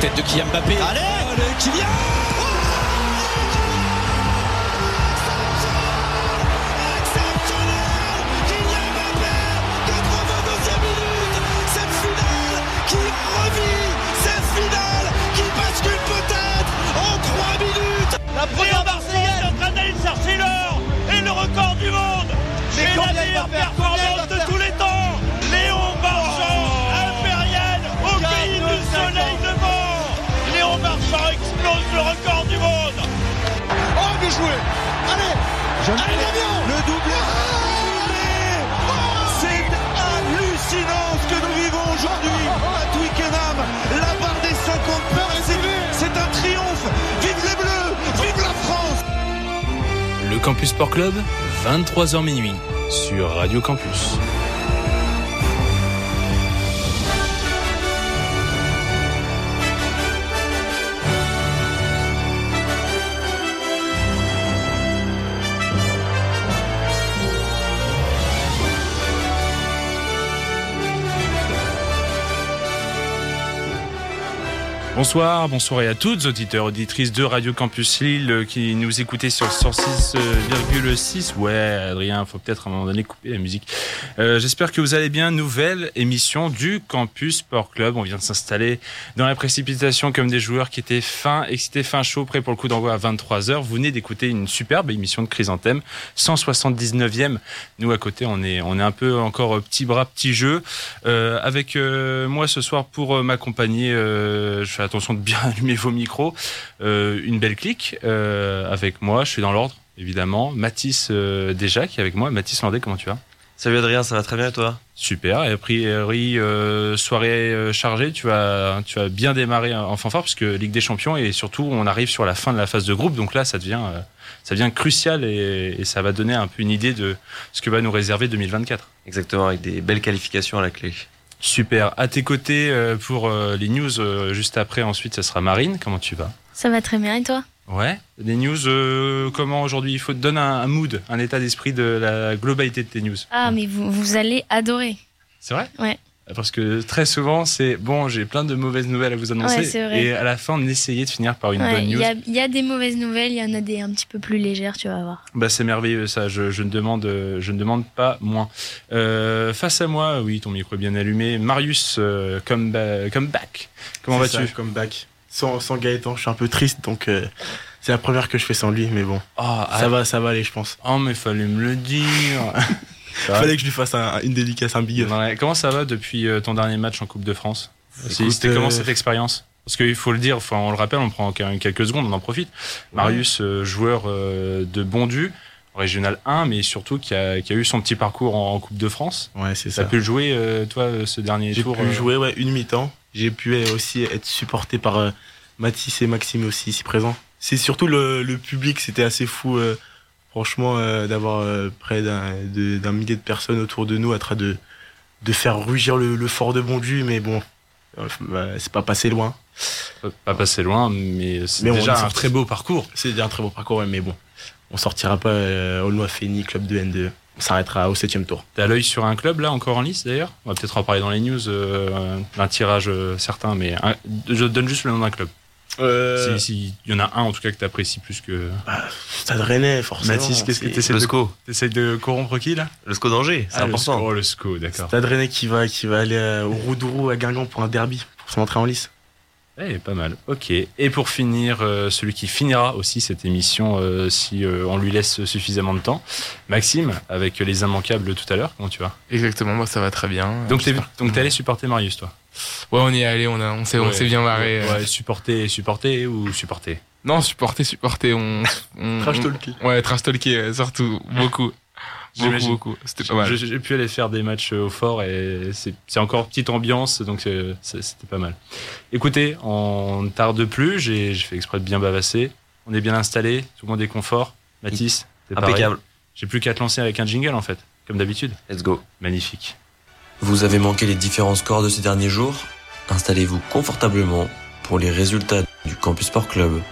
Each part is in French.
Tête de Kylian Mbappé. Allez, Kylian. La première Marseillaise est en train d'aller chercher l'or et le record du monde. C'est la meilleure performance de tous les temps. Léon Marchand, impérial au pays du soleil levant. Léon Marchand explose le record du monde. Oh, bien joué. Allez, le doublé. C'est hallucinant ce que nous vivons aujourd'hui à Twickenham. La barre des 50 points, c'est un triomphe. Vive les Bleus, vive la France. Le Campus Sport Club, 23h minuit, sur Radio Campus. Bonsoir à toutes, auditeurs, auditrices de Radio Campus Lille qui nous écoutez sur 106,6. Ouais, Adrien, faut peut-être à un moment donné couper la musique. J'espère que vous allez bien. Nouvelle émission du Campus Sport Club. On vient de s'installer dans la précipitation comme des joueurs qui étaient fin excités, fin chaud, prêts pour le coup d'envoi à 23h. Vous venez d'écouter une superbe émission de Chrysanthème, 179e. Nous, à côté, on est un peu encore petit bras, petit jeu. Avec moi ce soir pour m'accompagner, je fais attention de bien allumer vos micros. Une belle clique avec moi, je suis dans l'ordre évidemment. Mathis déjà qui est avec moi. Mathis Landais, comment tu vas ? Salut Adrien, ça va très bien et toi ? Super, et a priori soirée chargée, tu vas bien démarrer en fanfare puisque Ligue des Champions et surtout on arrive sur la fin de la phase de groupe, donc là ça devient crucial et ça va donner un peu une idée de ce que va nous réserver 2024. Exactement, avec des belles qualifications à la clé. Super. À tes côtés pour les news juste après. Ensuite, ça sera Marine. Comment tu vas ? Ça va très bien et toi ? Ouais. Des news, comment aujourd'hui ? Il faut te donner un mood, un état d'esprit de la globalité de tes news. Ah, mais vous allez adorer. C'est vrai ? Ouais. Parce que très souvent, c'est bon, j'ai plein de mauvaises nouvelles à vous annoncer. Ouais, c'est vrai. Et à la fin, on essayait de finir par une bonne news. Il y a des mauvaises nouvelles, il y en a des un petit peu plus légères, tu vas voir. Bah, c'est merveilleux ça, je ne demande pas moins. Face à moi, oui, ton micro est bien allumé. Marius, come back. Comment vas-tu ? Comeback. Sans Gaëtan, je suis un peu triste, donc c'est la première que je fais sans lui, mais bon, ça va aller, je pense. Oh, mais fallait me le dire. Fallait que je lui fasse une dédicace, un big up. Ouais. Comment ça va depuis ton dernier match en Coupe de France ? Écoute, C'était comment cette expérience ? Parce qu'il faut le dire, on le rappelle, on prend quelques secondes, on en profite. Ouais. Marius, joueur de Bondu, Régional 1, mais surtout qui a eu son petit parcours en Coupe de France. Ouais, c'est ça. T'as pu le jouer, toi, ce dernier tour ? J'ai pu jouer une mi-temps. J'ai pu aussi être supporté par Mathis et Maxime aussi ici présents. C'est surtout le public, c'était assez fou. Franchement, d'avoir près d'un millier de personnes autour de nous en train de faire rugir le fort de Bondu, mais bon, c'est pas passé loin. Pas passé loin, mais déjà un très beau parcours. C'est déjà un très beau parcours, ouais, mais bon, on sortira pas Aulnois-Fény, club de N2. On s'arrêtera au 7e tour. T'as l'œil sur un club là, encore en lice d'ailleurs ? On va peut-être en parler dans les news, un tirage certain, mais je te donne juste le nom d'un club. Si y en a un en tout cas que t'apprécies plus que... Stade Rennais, forcément. Mathis, qu'est-ce que t'essayes de corrompre qui là ? Le SCO d'Angers, c'est important. Le SCO, d'accord. Stade Rennais qui va aller au Roudourou à Guingamp pour un derby, pour son entrée en lice. Pas mal, ok. Et pour finir, celui qui finira aussi cette émission, si on lui laisse suffisamment de temps, Maxime, avec les immanquables tout à l'heure, comment tu vas ? Exactement, moi ça va très bien. Donc t'es allé supporter Marius, toi ? Ouais, on y est allé, on s'est bien marré. Ouais, supporter ou supporter ? Non, supporter. Trash talker. Ouais, trash talker, surtout, beaucoup. Beaucoup. C'était pas mal. J'ai pu aller faire des matchs au fort et c'est encore petite ambiance, donc c'était pas mal. Écoutez, on ne tarde plus, j'ai fait exprès de bien bavasser. On est bien installé, tout le monde est confort. Mathis, t'es impeccable. Pareil. J'ai plus qu'à te lancer avec un jingle en fait, comme d'habitude. Let's go. Magnifique. Vous avez manqué les différents scores de ces derniers jours ? Installez-vous confortablement pour les résultats du Campus Sport Club.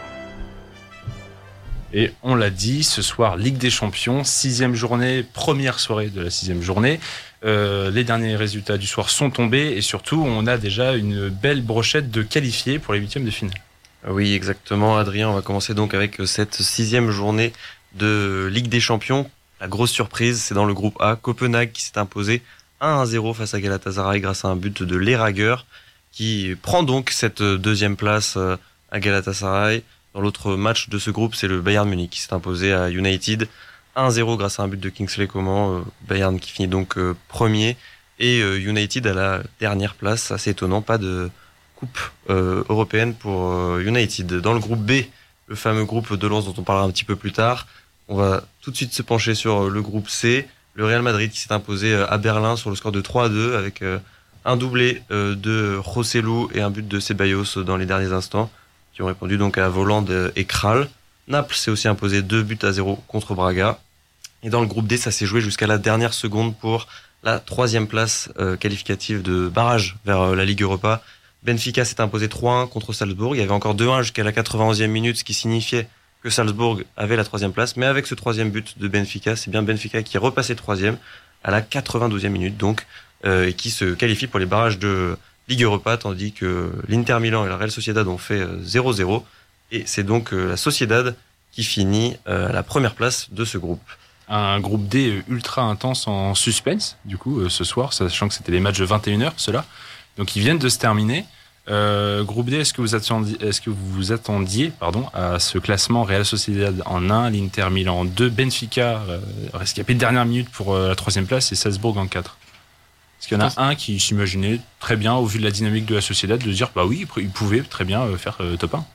Et on l'a dit, ce soir, Ligue des Champions, 6e journée, première soirée de la 6e journée. Les derniers résultats du soir sont tombés et surtout, on a déjà une belle brochette de qualifiés pour les 8e de finale. Oui, exactement, Adrien. On va commencer donc avec cette 6e journée de Ligue des Champions. La grosse surprise, c'est dans le groupe A, Copenhague qui s'est imposé 1-0 face à Galatasaray grâce à un but de Lerager, qui prend donc cette 2e place à Galatasaray. Dans l'autre match de ce groupe, c'est le Bayern Munich qui s'est imposé à United 1-0 grâce à un but de Kingsley Coman. Bayern qui finit donc premier et United à la dernière place. Assez étonnant, pas de coupe européenne pour United. Dans le groupe B, le fameux groupe de Lens dont on parlera un petit peu plus tard, on va tout de suite se pencher sur le groupe C. Le Real Madrid qui s'est imposé à Berlin sur le score de 3-2 avec un doublé de Joselu et un but de Ceballos dans les derniers instants, qui ont répondu donc à Voland et Kral. Naples s'est aussi imposé 2-0 contre Braga. Et dans le groupe D, ça s'est joué jusqu'à la dernière seconde pour la 3e place qualificative de barrage vers la Ligue Europa. Benfica s'est imposé 3-1 contre Salzbourg. Il y avait encore 2-1 jusqu'à la 91e minute, ce qui signifiait que Salzbourg avait la 3e place. Mais avec ce 3e but de Benfica, c'est bien Benfica qui est repassé 3e à la 92e minute, donc, et qui se qualifie pour les barrages de Ligue Europa, tandis que l'Inter Milan et la Real Sociedad ont fait 0-0. Et c'est donc la Sociedad qui finit à la première place de ce groupe. Un groupe D ultra intense en suspense, du coup, ce soir, sachant que c'était les matchs de 21h, ceux-là. Donc, ils viennent de se terminer. Groupe D, est-ce que vous attendiez à ce classement? Real Sociedad en 1, l'Inter Milan en 2, Benfica rescapé de dernière minute pour la 3e place et Salzbourg en 4. Est-ce qu'il y en a un qui s'imaginait très bien, au vu de la dynamique de la Sociedad, de dire bah oui, il pouvait très bien faire top 1?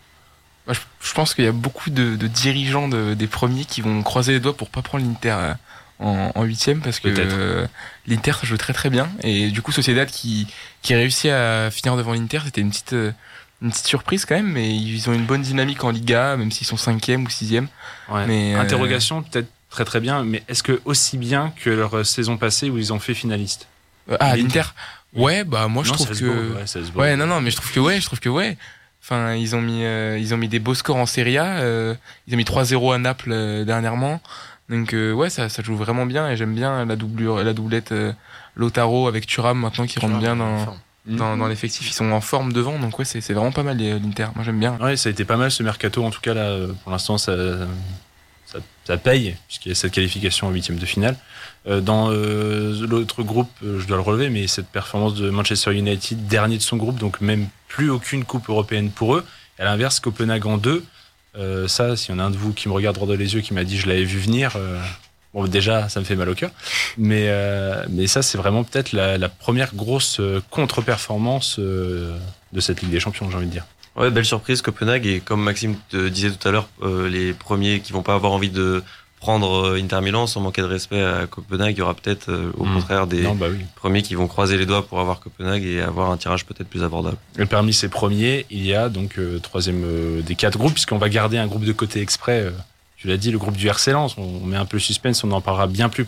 Je pense qu'il y a beaucoup de dirigeants des premiers qui vont croiser les doigts pour pas prendre l'Inter en 8e, parce que l'Inter ça joue très très bien, et du coup Sociedad qui réussit à finir devant l'Inter, c'était une petite surprise quand même, mais ils ont une bonne dynamique en Liga, même s'ils sont 5e ou 6e. Ouais. Mais interrogation, peut-être très très bien, mais est-ce que aussi bien que leur saison passée où ils ont fait finaliste? L'Inter. Ouais, bah moi je trouve que mais je trouve que enfin, ils ont mis des beaux scores en Serie A, ils ont mis 3-0 à Naples dernièrement. Donc ça joue vraiment bien, et j'aime bien la doublette Lautaro avec Thuram maintenant qui rentre bien dans l'effectif. Ils sont en forme devant, donc c'est vraiment pas mal l'Inter. Moi j'aime bien. Ouais, ça a été pas mal ce mercato, en tout cas là pour l'instant ça paye, puisqu'il y a cette qualification en 8e de finale. Dans l'autre groupe, je dois le relever, mais cette performance de Manchester United, dernier de son groupe, donc même plus aucune coupe européenne pour eux. À l'inverse, Copenhague en 2. Ça, s'il y en a un de vous qui me regarde droit dans les yeux, qui m'a dit je l'avais vu venir, bon déjà ça me fait mal au cœur, mais ça c'est vraiment peut-être la première grosse contre-performance de cette Ligue des Champions, j'ai envie de dire. Ouais, belle surprise Copenhague, et comme Maxime te disait tout à l'heure, les premiers qui vont pas avoir envie de prendre Inter Milan sans manquer de respect à Copenhague, il y aura peut-être au contraire des premiers qui vont croiser les doigts pour avoir Copenhague et avoir un tirage peut-être plus abordable. Et parmi ces premiers, il y a donc 3e des 4 groupes, puisqu'on va garder un groupe de côté exprès, tu l'as dit, le groupe du RC Lens. On met un peu le suspense, on en parlera bien plus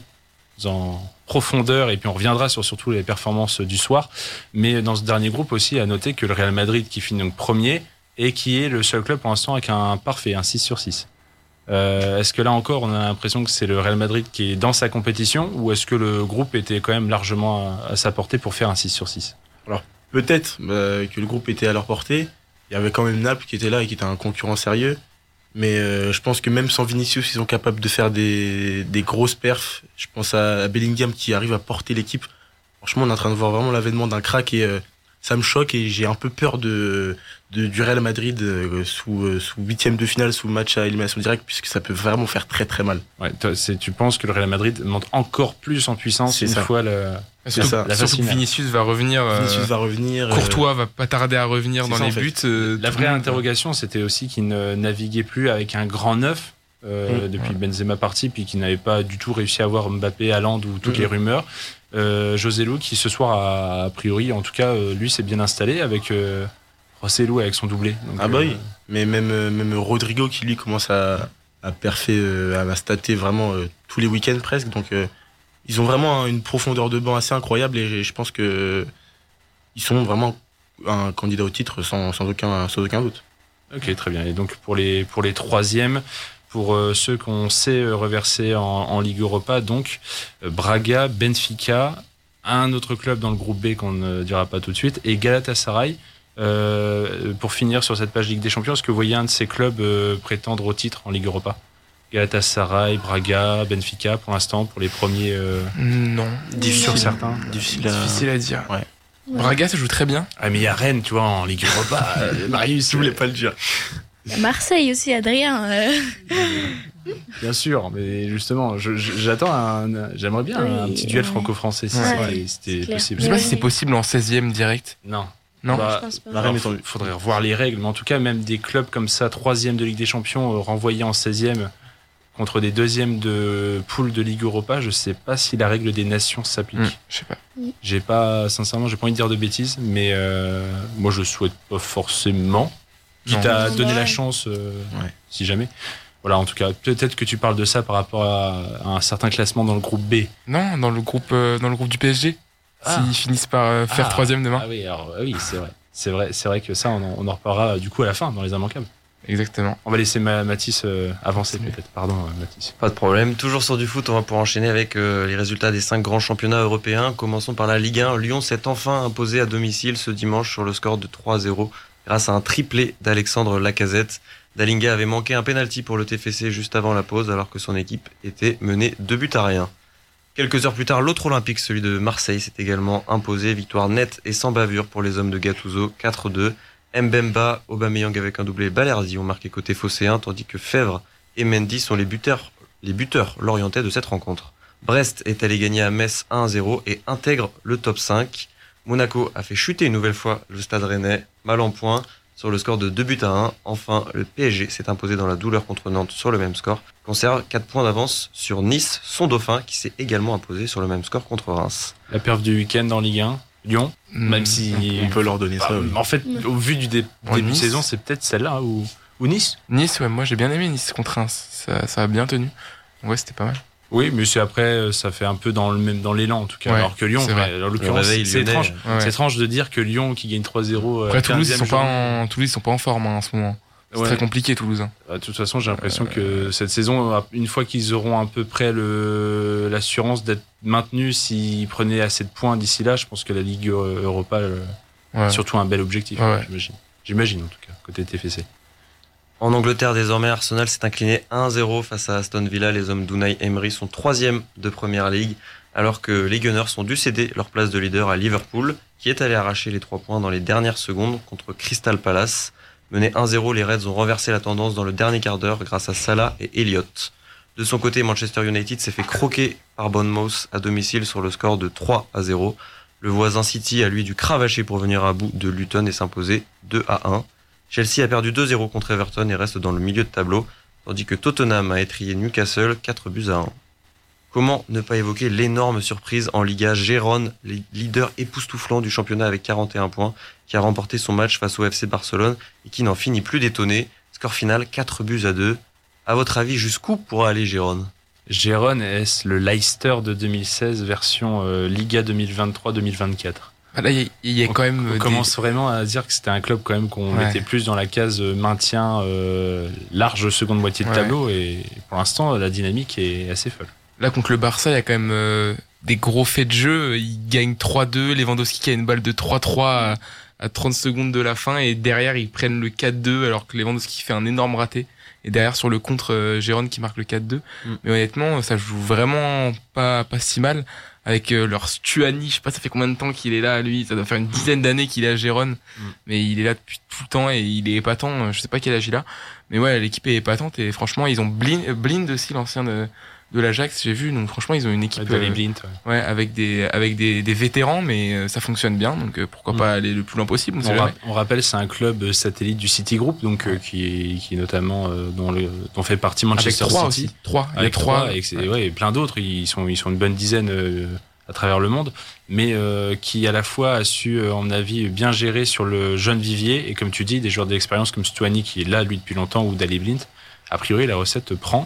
en profondeur, et puis on reviendra sur surtout les performances du soir. Mais dans ce dernier groupe aussi, à noter que le Real Madrid qui finit donc premier, et qui est le seul club pour l'instant avec un parfait, un 6/6. Est-ce que là encore on a l'impression que c'est le Real Madrid qui est dans sa compétition, ou est-ce que le groupe était quand même largement à sa portée pour faire un 6/6? Alors peut-être que le groupe était à leur portée. Il y avait quand même Naples qui était là et qui était un concurrent sérieux, mais je pense que même sans Vinicius ils sont capables de faire des grosses perfs. Je pense à Bellingham qui arrive à porter l'équipe. Franchement on est en train de voir vraiment l'avènement d'un crack, et ça me choque, et j'ai un peu peur du Real Madrid sous 8e de finale, sous match à élimination directe, puisque ça peut vraiment faire très très mal. Ouais, tu penses que le Real Madrid monte encore plus en puissance une fois la surtout que Vinicius va revenir. Courtois va pas tarder à revenir dans les buts. La vraie interrogation, c'était aussi qu'il ne naviguait plus avec un grand neuf depuis Benzema parti, puis qu'il n'avait pas du tout réussi à avoir Mbappé, Haaland ou toutes les rumeurs. Joselu qui ce soir a priori, en tout cas lui s'est bien installé avec Joselu avec son doublé. Donc, oui, mais même Rodrigo qui lui commence à perfer, à stater vraiment tous les week-ends presque, donc ils ont vraiment une profondeur de banc assez incroyable, et je pense que ils sont vraiment un candidat au titre sans aucun doute. Ok, très bien. Et donc pour les troisièmes, pour ceux qu'on sait reverser en Ligue Europa, donc Braga, Benfica, un autre club dans le groupe B qu'on ne dira pas tout de suite, et Galatasaray. Pour finir sur cette page Ligue des Champions, est-ce que vous voyez un de ces clubs prétendre au titre en Ligue Europa? Galatasaray, Braga, Benfica pour l'instant, pour les premiers. Non. Sur certains. Difficile à dire. Ouais. Braga, ça joue très bien. Ah, mais il y a Rennes, tu vois, en Ligue Europa. Marius, je voulais pas le dire. Il y a Marseille aussi, Adrien. Bien sûr, mais justement, j'aimerais bien un petit duel franco-français si c'était possible. Je sais pas si c'est possible en 16e direct. Non. Non, je pense pas. Il faudrait revoir les règles, mais en tout cas, même des clubs comme ça, 3e de Ligue des Champions, renvoyés en 16e contre des 2e de poule de Ligue Europa, je sais pas si la règle des nations s'applique. Je sais Sincèrement, pas. j'ai pas envie de dire de bêtises, mais moi je souhaite pas forcément, quitte à donner la chance, si jamais. Voilà, en tout cas, peut-être que tu parles de ça par rapport à un certain classement dans le groupe B. Non, dans le groupe du PSG. S'ils finissent par faire 3e demain. Ah oui, c'est vrai que ça, on en reparlera du coup à la fin, dans les immanquables. Exactement. On va laisser Mathis avancer peut-être. Pardon, Mathis. Pas de problème. Toujours sur du foot, on va pouvoir enchaîner avec les résultats des 5 grands championnats européens. Commençons par la Ligue 1. Lyon s'est enfin imposé à domicile ce dimanche sur le score de 3-0 grâce à un triplé d'Alexandre Lacazette. Dalinga avait manqué un pénalty pour le TFC juste avant la pause alors que son équipe était menée 2-1. Quelques heures plus tard, l'autre Olympique, celui de Marseille, s'est également imposé. Victoire nette et sans bavure pour les hommes de Gattuso, 4-2. Mbemba, Aubameyang avec un doublé, Balerdi ont marqué côté phocéen, tandis que Fèvre et Mendy sont les buteurs lorientais de cette rencontre. Brest est allé gagner à Metz 1-0 et intègre le top 5. Monaco a fait chuter une nouvelle fois le Stade Rennais, mal en point, sur le score de 2-1. Enfin, le PSG s'est imposé dans la douleur contre Nantes sur le même score. Conserve 4 points d'avance sur Nice, son dauphin, qui s'est également imposé sur le même score contre Reims. La perf du week-end en Ligue 1, Lyon, même si on peut leur donner ça. En fait, au vu du début de saison, c'est peut-être celle-là ou Nice. Nice, ouais, moi j'ai bien aimé Nice contre Reims. Ça a bien tenu. Ouais, c'était pas mal. Oui, mais c'est après, ça fait un peu dans l'élan en tout cas. Alors que Lyon, en l'occurrence, c'est étrange. C'est étrange de dire que Lyon qui gagne 3-0. Après, Toulouse, ils sont pas en forme en ce moment. C'est très compliqué, Toulouse. De toute façon, j'ai l'impression que cette saison, une fois qu'ils auront à peu près l'assurance d'être maintenus, s'ils prenaient assez de points d'ici là, je pense que la Ligue Europa, surtout un bel objectif, j'imagine en tout cas, côté TFC. En Angleterre, désormais, Arsenal s'est incliné 1-0 face à Aston Villa. Les hommes d'Unai Emery sont 3e de Première Ligue, alors que les Gunners ont dû céder leur place de leader à Liverpool, qui est allé arracher les 3 points dans les dernières secondes contre Crystal Palace. Menés 1-0, les Reds ont renversé la tendance dans le dernier quart d'heure grâce à Salah et Elliott. De son côté, Manchester United s'est fait croquer par Bournemouth à domicile sur le score de 3-0. Le voisin City a lui dû cravacher pour venir à bout de Luton et s'imposer 2-1. Chelsea a perdu 2-0 contre Everton et reste dans le milieu de tableau, tandis que Tottenham a étrillé Newcastle 4-1. Comment ne pas évoquer l'énorme surprise en Liga, Gérone, leader époustouflant du championnat avec 41 points, qui a remporté son match face au FC Barcelone et qui n'en finit plus d'étonner. Score final 4-2. À votre avis, jusqu'où pourra aller Gérone ? Gérone, est-ce le Leicester de 2016 version Liga 2023-2024 ? Là, il y a quand même. On commence vraiment à dire que c'était un club quand même qu'on mettait plus dans la case maintien large seconde moitié de tableau, et pour l'instant la dynamique est assez folle. Là contre le Barça, il y a quand même des gros faits de jeu. Ils gagnent 3-2, Lewandowski qui a une balle de 3-3 à 30 secondes de la fin, et derrière ils prennent le 4-2 alors que Lewandowski fait un énorme raté. Et derrière sur le contre, Gérone qui marque le 4-2. Mais honnêtement, ça joue vraiment pas si mal. Avec leur Stuani, je sais pas ça fait combien de temps qu'il est là, lui, ça doit faire une dizaine d'années qu'il est à Gérone, mais il est là depuis tout le temps et il est épatant, je sais pas quel âge il a, mais ouais, l'équipe est épatante et franchement ils ont Blind aussi, l'ancien de l'Ajax, j'ai vu, donc franchement ils ont une équipe avec des vétérans, mais ça fonctionne bien, donc pourquoi pas aller le plus loin possible. On rappelle, c'est un club satellite du City Group, donc qui est notamment dont fait partie Manchester City. Avec 3 et plein d'autres, ils sont une bonne dizaine à travers le monde, mais qui à la fois a su, à mon avis, bien gérer sur le jeune vivier, et comme tu dis, des joueurs d'expérience comme Stuani qui est là lui depuis longtemps, ou Daley Blind. A priori la recette prend.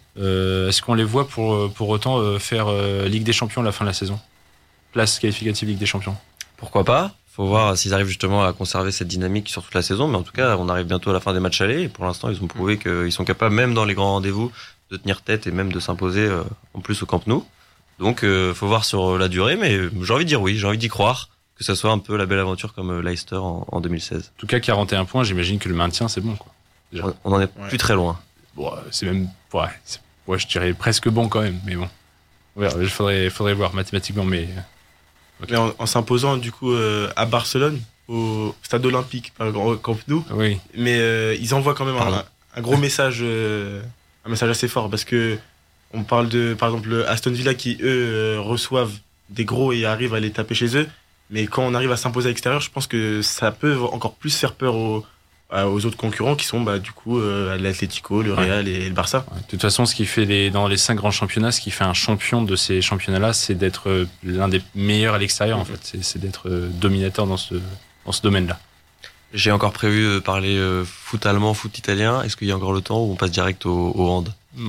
Est-ce qu'on les voit pour autant faire Ligue des Champions à la fin de la saison ? Place qualificative Ligue des Champions. Pourquoi pas ? Faut voir s'ils arrivent justement à conserver cette dynamique sur toute la saison, mais en tout cas on arrive bientôt à la fin des matchs allés, et pour l'instant ils ont prouvé qu'ils sont capables, même dans les grands rendez-vous, de tenir tête et même de s'imposer en plus au Camp Nou. Donc faut voir sur la durée, mais j'ai envie de dire oui, j'ai envie d'y croire, que ça soit un peu la belle aventure comme Leicester en 2016. En tout cas, 41 points, j'imagine que le maintien, c'est bon, quoi. Déjà. On en est plus très loin. Bon, c'est même, je dirais presque bon quand même, mais bon. Il faudrait voir mathématiquement, mais. Okay. Mais en s'imposant du coup à Barcelone, au stade olympique, par exemple, au Camp Nou. Oui. Mais ils envoient quand même un gros message, un message assez fort, parce que on parle de, par exemple, Aston Villa qui eux reçoivent des gros et arrivent à les taper chez eux. Mais quand on arrive à s'imposer à l'extérieur, je pense que ça peut encore plus faire peur aux autres concurrents qui sont du coup l'Atlético, le Real et le Barça. Ouais. De toute façon, ce qui fait dans les 5 grands championnats, ce qui fait un champion de ces championnats-là, c'est d'être l'un des meilleurs à l'extérieur. En fait, c'est d'être dominateur dans ce domaine-là. J'ai encore prévu parler foot allemand, foot italien. Est-ce qu'il y a encore le temps ou on passe direct au hand?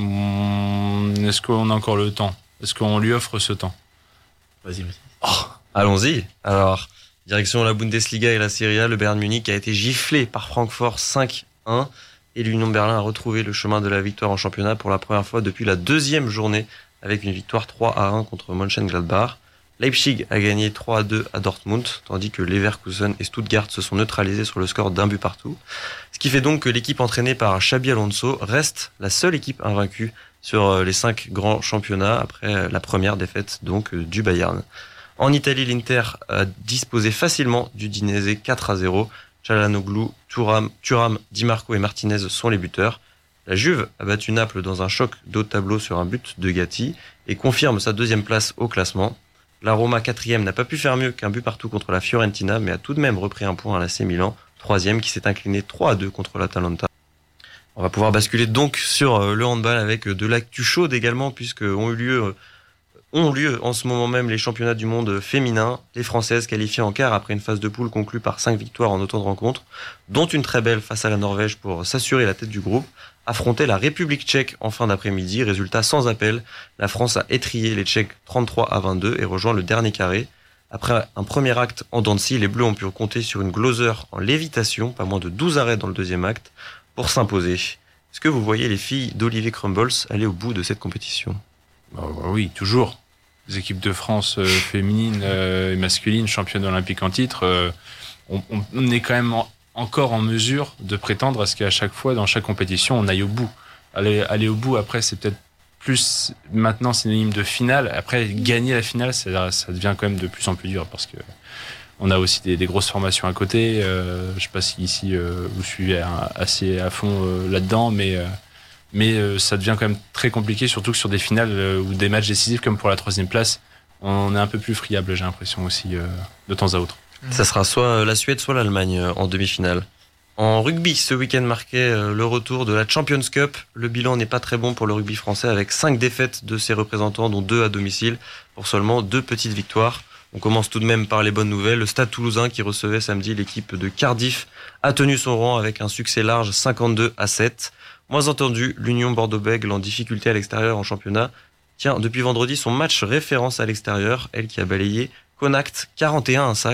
Est-ce qu'on a encore le temps? Est-ce qu'on lui offre ce temps? Vas-y. Allons-y. Alors, direction la Bundesliga et la Serie A, le Bayern Munich a été giflé par Francfort 5-1 et l'Union de Berlin a retrouvé le chemin de la victoire en championnat pour la première fois depuis la 2e journée avec une victoire 3-1 contre Mönchengladbach. Leipzig a gagné 3-2 à Dortmund, tandis que Leverkusen et Stuttgart se sont neutralisés sur le score d'1 but partout. Ce qui fait donc que l'équipe entraînée par Xabi Alonso reste la seule équipe invaincue sur les 5 grands championnats après la première défaite donc du Bayern. En Italie, l'Inter a disposé facilement du Dinese 4-0. Çalhanoğlu, Thuram, Di Marco et Martinez sont les buteurs. La Juve a battu Naples dans un choc de haut de tableau sur un but de Gatti et confirme sa 2e place au classement. La Roma 4e n'a pas pu faire mieux qu'un but partout contre la Fiorentina, mais a tout de même repris un point à l'AC Milan, 3e qui s'est incliné 3-2 contre l'Atalanta. On va pouvoir basculer donc sur le handball avec de l'actu chaude également, puisque ont lieu en ce moment même les championnats du monde féminin. Les Françaises qualifiées en quart après une phase de poule conclue par 5 victoires en autant de rencontres, dont une très belle face à la Norvège pour s'assurer la tête du groupe, affrontait la République tchèque en fin d'après-midi. Résultat sans appel, la France a étrillé les Tchèques 33-22 et rejoint le dernier carré. Après un premier acte en dents de scie, les Bleus ont pu compter sur une Glauser en lévitation, pas moins de 12 arrêts dans le 2e acte, pour s'imposer. Est-ce que vous voyez les filles d'Olivier Crumbles aller au bout de cette compétition? Oui, toujours. Les équipes de France féminines et masculines, championnes olympiques en titre, on est quand même encore en mesure de prétendre à ce qu'à chaque fois, dans chaque compétition, on aille au bout. Aller au bout, après, c'est peut-être plus maintenant synonyme de finale. Après, gagner la finale, ça devient quand même de plus en plus dur parce que on a aussi des grosses formations à côté. Je sais pas si ici vous suivez assez à fond là-dedans, mais ça devient quand même très compliqué, surtout que sur des finales ou des matchs décisifs comme pour la 3e place, on est un peu plus friable, j'ai l'impression aussi, de temps à autre. Ça sera soit la Suède, soit l'Allemagne en demi-finale. En rugby, ce week-end marquait le retour de la Champions Cup. Le bilan n'est pas très bon pour le rugby français avec 5 défaites de ses représentants, dont 2 à domicile, pour seulement 2 petites victoires. On commence tout de même par les bonnes nouvelles. Le Stade Toulousain, qui recevait samedi l'équipe de Cardiff, a tenu son rang avec un succès large 52-7. Moins entendu, l'Union Bordeaux-Bègles en difficulté à l'extérieur en championnat tient depuis vendredi son match référence à l'extérieur, elle qui a balayé Connacht 41-5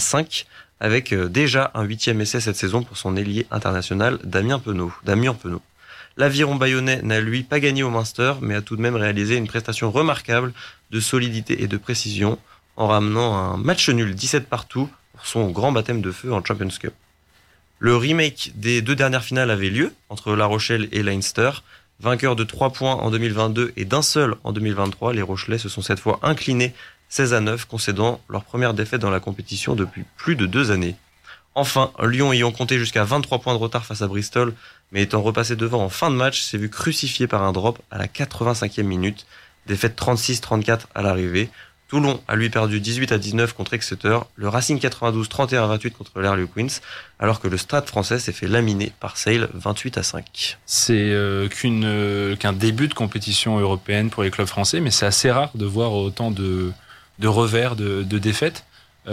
avec déjà un 8e essai cette saison pour son ailier international Damien Penaud. L'Aviron bayonnais n'a lui pas gagné au Munster, mais a tout de même réalisé une prestation remarquable de solidité et de précision en ramenant un match nul 17 partout pour son grand baptême de feu en Champions Cup. Le remake des 2 dernières finales avait lieu entre La Rochelle et Leinster. Vainqueurs de 3 points en 2022 et d'un seul en 2023, les Rochelais se sont cette fois inclinés 16-9, concédant leur première défaite dans la compétition depuis plus de 2 années. Enfin, Lyon ayant compté jusqu'à 23 points de retard face à Bristol, mais étant repassé devant en fin de match, s'est vu crucifié par un drop à la 85e minute. Défaite 36-34 à l'arrivée. Toulon a lui perdu 18-19 contre Exeter, le Racing 92 31-28 contre l'Harlequins, alors que le Stade français s'est fait laminer par Sale 28-5. C'est qu'un début de compétition européenne pour les clubs français, mais c'est assez rare de voir autant de revers, de défaites.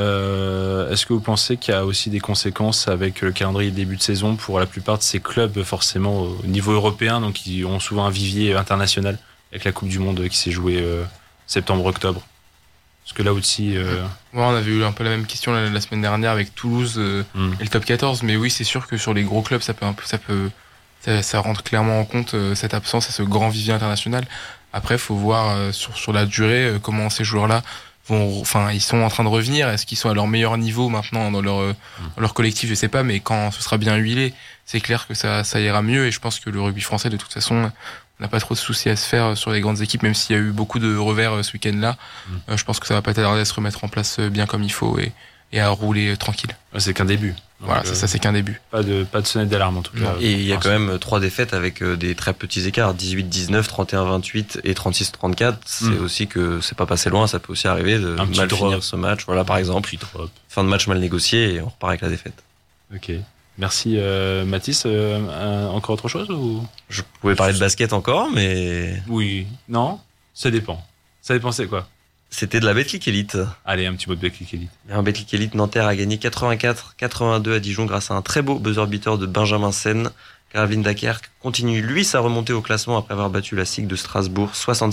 Est-ce que vous pensez qu'il y a aussi des conséquences avec le calendrier de début de saison pour la plupart de ces clubs forcément au niveau européen, donc qui ont souvent un vivier international avec la Coupe du Monde qui s'est jouée septembre-octobre? Parce que là aussi... on avait eu un peu la même question la semaine dernière avec Toulouse et le top 14, mais oui, c'est sûr que sur les gros clubs, ça rentre clairement en compte cette absence et ce grand vivier international. Après, faut voir sur la durée comment ces joueurs-là ils sont en train de revenir. Est-ce qu'ils sont à leur meilleur niveau maintenant dans leur collectif? Je sais pas, mais quand ce sera bien huilé, c'est clair que ça ira mieux. Et je pense que le rugby français, de toute façon, n'a pas trop de soucis à se faire sur les grandes équipes, même s'il y a eu beaucoup de revers ce week-end-là. Je pense que ça va pas tarder à se remettre en place bien comme il faut et à rouler tranquille. C'est qu'un début. Donc, voilà, ça c'est qu'un début. Pas de sonnette d'alarme en tout cas. Et il y a quand même 3 défaites avec des très petits écarts, 18-19, 31-28 et 36-34. C'est aussi que c'est pas passé loin, ça peut aussi arriver de mal finir ce match. Voilà, par exemple, fin de match mal négocié et on repart avec la défaite. Ok. Merci Mathis. Encore autre chose ou... Je pouvais parler de basket encore, mais... Oui, non, ça dépend. Ça dépend c'est quoi? C'était de la Betclic Elite. Allez, un petit mot de Betclic Elite. Un Betclic Elite, Nanterre a gagné 84-82 à Dijon grâce à un très beau buzzer beater de Benjamin Sen. Gravelines Dunkerque continue, lui, sa remontée au classement après avoir battu la SIG de Strasbourg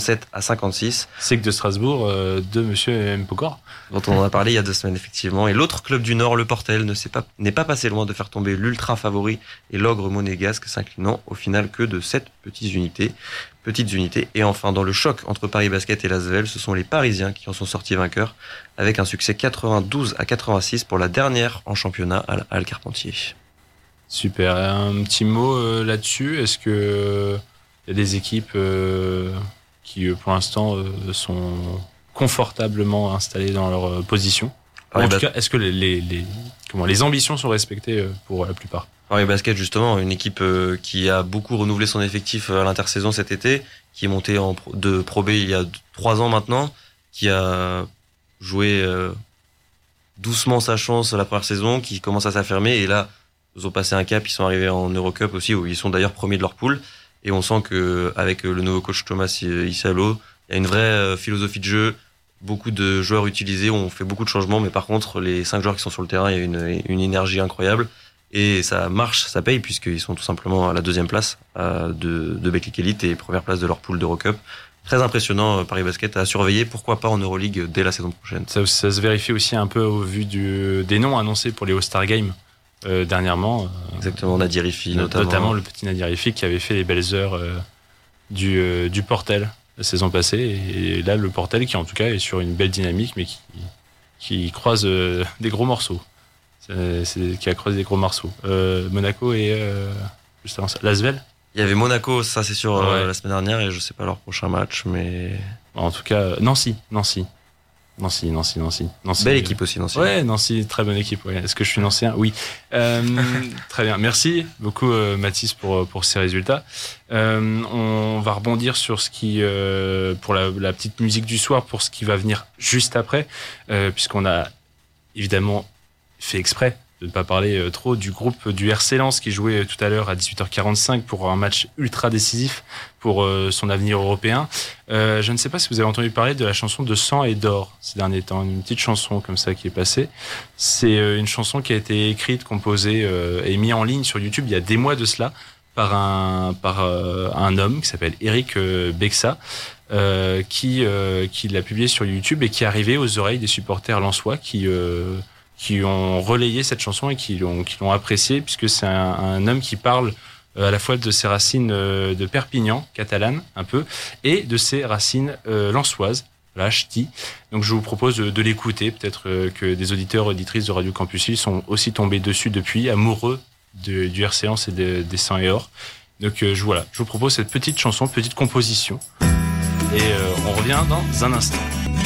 67-56. SIG de Strasbourg de Monsieur M. Pocor, dont on en a parlé il y a 2 semaines, effectivement. Et l'autre club du Nord, le Portel, n'est pas passé loin de faire tomber l'ultra favori et l'ogre monégasque, s'inclinant au final que de 7 petites unités. Et enfin, dans le choc entre Paris Basket et l'Asvel, ce sont les Parisiens qui en sont sortis vainqueurs avec un succès 92-86 pour la dernière en championnat à la Halle Carpentier. Super. Un petit mot là-dessus. Est-ce que il y a des équipes qui, pour l'instant, sont confortablement installées dans leur position? En tout cas, est-ce que les ambitions sont respectées pour la plupart? Paris Basket, justement, une équipe qui a beaucoup renouvelé son effectif à l'intersaison cet été, qui est montée de Pro B il y a 3 ans maintenant, qui a joué doucement sa chance la première saison, qui commence à s'affirmer, et là, ils ont passé un cap, ils sont arrivés en Eurocup aussi, où ils sont d'ailleurs premiers de leur poule, et on sent que avec le nouveau coach Thomas Issalo, il y a une vraie philosophie de jeu, beaucoup de joueurs utilisés, on fait beaucoup de changements, mais par contre, les 5 joueurs qui sont sur le terrain, il y a une énergie incroyable, et ça marche, ça paye, puisqu'ils sont tout simplement à la 2e place de Betclic Elite et première place de leur poule d'Eurocup. Très impressionnant, Paris Basket à surveiller, pourquoi pas en Euroleague dès la saison prochaine. Ça se vérifie aussi un peu au vu des noms annoncés pour les All-Star Games dernièrement. Exactement, Nadir Rifi notamment le petit Nadir Rifi qui avait fait les belles heures du Portel la saison passée, et là le Portel qui en tout cas est sur une belle dynamique, mais qui croise des gros morceaux. Qui a croisé des gros morceaux. Monaco et juste avant ça, l'Asvel. Il y avait Monaco, ça c'est sûr, la semaine dernière, et je sais pas leur prochain match, mais en tout cas Nancy. Belle équipe aussi, Nancy. Ouais, Nancy, très bonne équipe. Ouais. Est-ce que je suis nancéen? Oui. Très bien. Merci beaucoup Mathis pour ces résultats. On va rebondir sur ce qui pour la petite musique du soir, pour ce qui va venir juste après, puisqu'on a évidemment fait exprès de ne pas parler trop du groupe du RC Lens qui jouait tout à l'heure à 18h45 pour un match ultra décisif pour son avenir européen. Je ne sais pas si vous avez entendu parler de la chanson de Sang et d'Or ces derniers temps, une petite chanson comme ça qui est passée. C'est une chanson qui a été écrite, composée et mise en ligne sur YouTube il y a des mois de cela par un homme qui s'appelle Eric Bexa, qui l'a publié sur YouTube et qui est arrivé aux oreilles des supporters lensois qui ont relayé cette chanson et qui l'ont appréciée, puisque c'est un homme qui parle à la fois de ses racines de Perpignan, catalanes un peu, et de ses racines lensoises, la ch'ti. Donc je vous propose de l'écouter, peut-être que des auditeurs, auditrices de Radio Campus Lille sont aussi tombés dessus depuis, amoureux du RC Lens et des Sang et Or. Donc je vous propose cette petite chanson, petite composition, et on revient dans un instant.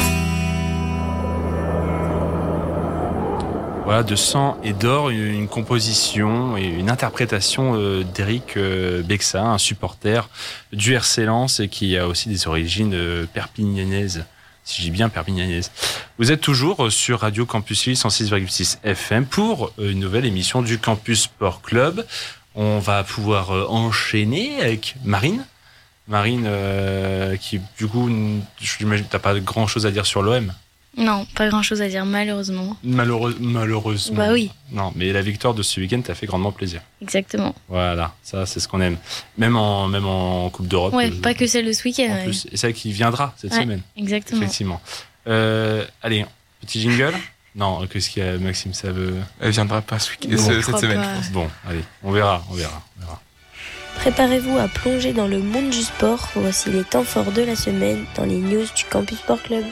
Voilà, de Sang et d'Or, une composition et une interprétation d'Eric Bexa, un supporter du RC Lens et qui a aussi des origines perpignanaises, si j'ai bien perpignanaise. Vous êtes toujours sur Radio Campus Lille 106,6 FM pour une nouvelle émission du Campus Sport Club. On va pouvoir enchaîner avec Marine. Marine, qui du coup, j'imagine que t'as pas grand chose à dire sur l'OM. Non, pas grand-chose à dire, malheureusement. Malheureusement. Bah oui. Non, mais la victoire de ce week-end t'a fait grandement plaisir. Exactement. Voilà, ça c'est ce qu'on aime. Même en Coupe d'Europe. Ouais, pas que celle de ce week-end. En plus, et celle qui viendra cette semaine. Exactement. Effectivement. Allez, petit jingle. Non, qu'est-ce qu'il y a, Maxime, ça veut... Elle viendra pas cette semaine, je pense. Bon, allez, on verra. Préparez-vous à plonger dans le monde du sport. Voici les temps forts de la semaine dans les news du Campus Sport Club.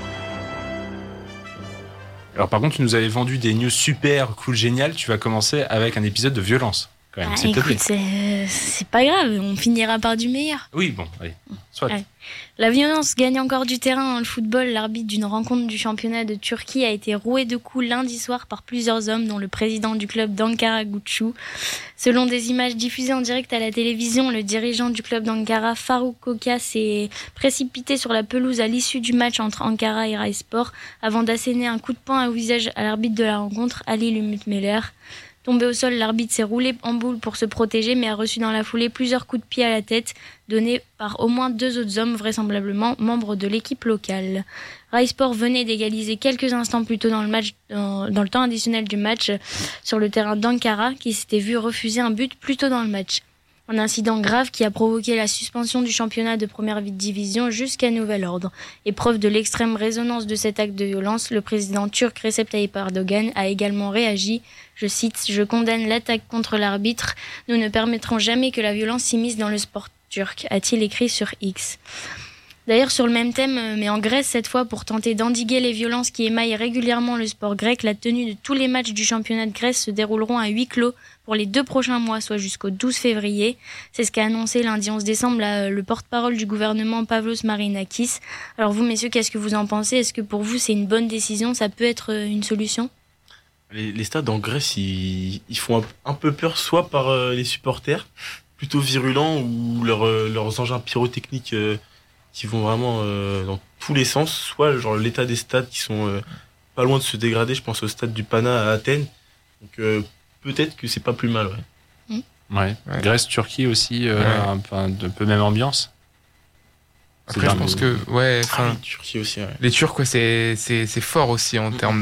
Alors par contre, tu nous avais vendu des news super cool, géniales. Tu vas commencer avec un épisode de violence. Quand même, écoute, c'est pas grave, on finira par du meilleur. Oui, bon, allez, soit. Ouais. La violence gagne encore du terrain dans le football. L'arbitre d'une rencontre du championnat de Turquie a été roué de coups lundi soir par plusieurs hommes, dont le président du club d'Ankara Gücü. Selon des images diffusées en direct à la télévision, le dirigeant du club d'Ankara, Faruk Koka, s'est précipité sur la pelouse à l'issue du match entre Ankara et Rayspor avant d'asséner un coup de poing au visage à l'arbitre de la rencontre, Ali Lumutmeler. Tombé au sol, l'arbitre s'est roulé en boule pour se protéger, mais a reçu dans la foulée plusieurs coups de pied à la tête, donnés par au moins 2 autres hommes, vraisemblablement membres de l'équipe locale. Rayspor venait d'égaliser quelques instants plus tôt dans le match, dans le temps additionnel du match, sur le terrain d'Ankara, qui s'était vu refuser un but plus tôt dans le match. Un incident grave qui a provoqué la suspension du championnat de première division jusqu'à nouvel ordre. Et preuve de l'extrême résonance de cet acte de violence, le président turc Recep Tayyip Erdogan a également réagi. Je cite, « Je condamne l'attaque contre l'arbitre. Nous ne permettrons jamais que la violence s'immisce dans le sport turc », a-t-il écrit sur X. D'ailleurs, sur le même thème, mais en Grèce cette fois, pour tenter d'endiguer les violences qui émaillent régulièrement le sport grec, la tenue de tous les matchs du championnat de Grèce se dérouleront à huis clos pour les 2 prochains mois, soit jusqu'au 12 février. C'est ce qu'a annoncé lundi 11 décembre le porte-parole du gouvernement Pavlos Marinakis. Alors vous, messieurs, qu'est-ce que vous en pensez ? Est-ce que pour vous, c'est une bonne décision ? Ça peut être une solution ? Les stades en Grèce, ils font un peu peur, soit par les supporters, plutôt virulents, ou leurs engins pyrotechniques qui vont vraiment dans tous les sens, soit genre l'état des stades qui sont pas loin de se dégrader. Je pense au stade du Pana à Athènes. Donc peut-être que c'est pas plus mal, ouais. Ouais. Grèce, Turquie aussi, un peu même ambiance. Après, je pense que Turquie aussi. Ouais. Les Turcs, ouais, c'est fort aussi en termes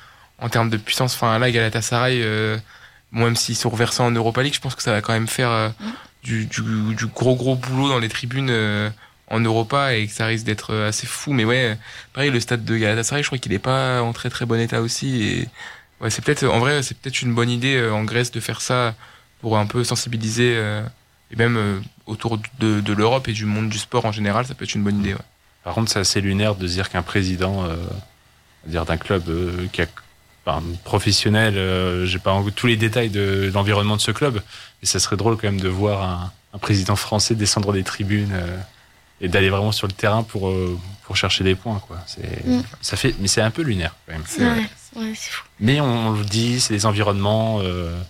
de puissance. Enfin, là, Galatasaray, même s'ils sont reversés en Europa League, je pense que ça va quand même faire du gros boulot dans les tribunes en Europa, et que ça risque d'être assez fou. Mais ouais, pareil, le stade de Galatasaray, je crois qu'il est pas en très très bon état aussi. Et ouais, c'est peut-être une bonne idée en Grèce de faire ça pour un peu sensibiliser et même autour de l'Europe et du monde du sport en général, ça peut être une bonne idée. Ouais. Par contre, c'est assez lunaire de dire qu'un président d'un club qui a professionnel, j'ai pas tous les détails de l'environnement de ce club, mais ça serait drôle quand même de voir un président français descendre des tribunes et d'aller vraiment sur le terrain pour chercher des points, quoi. Mais c'est un peu lunaire quand même. C'est fou. Mais on le dit, c'est des environnements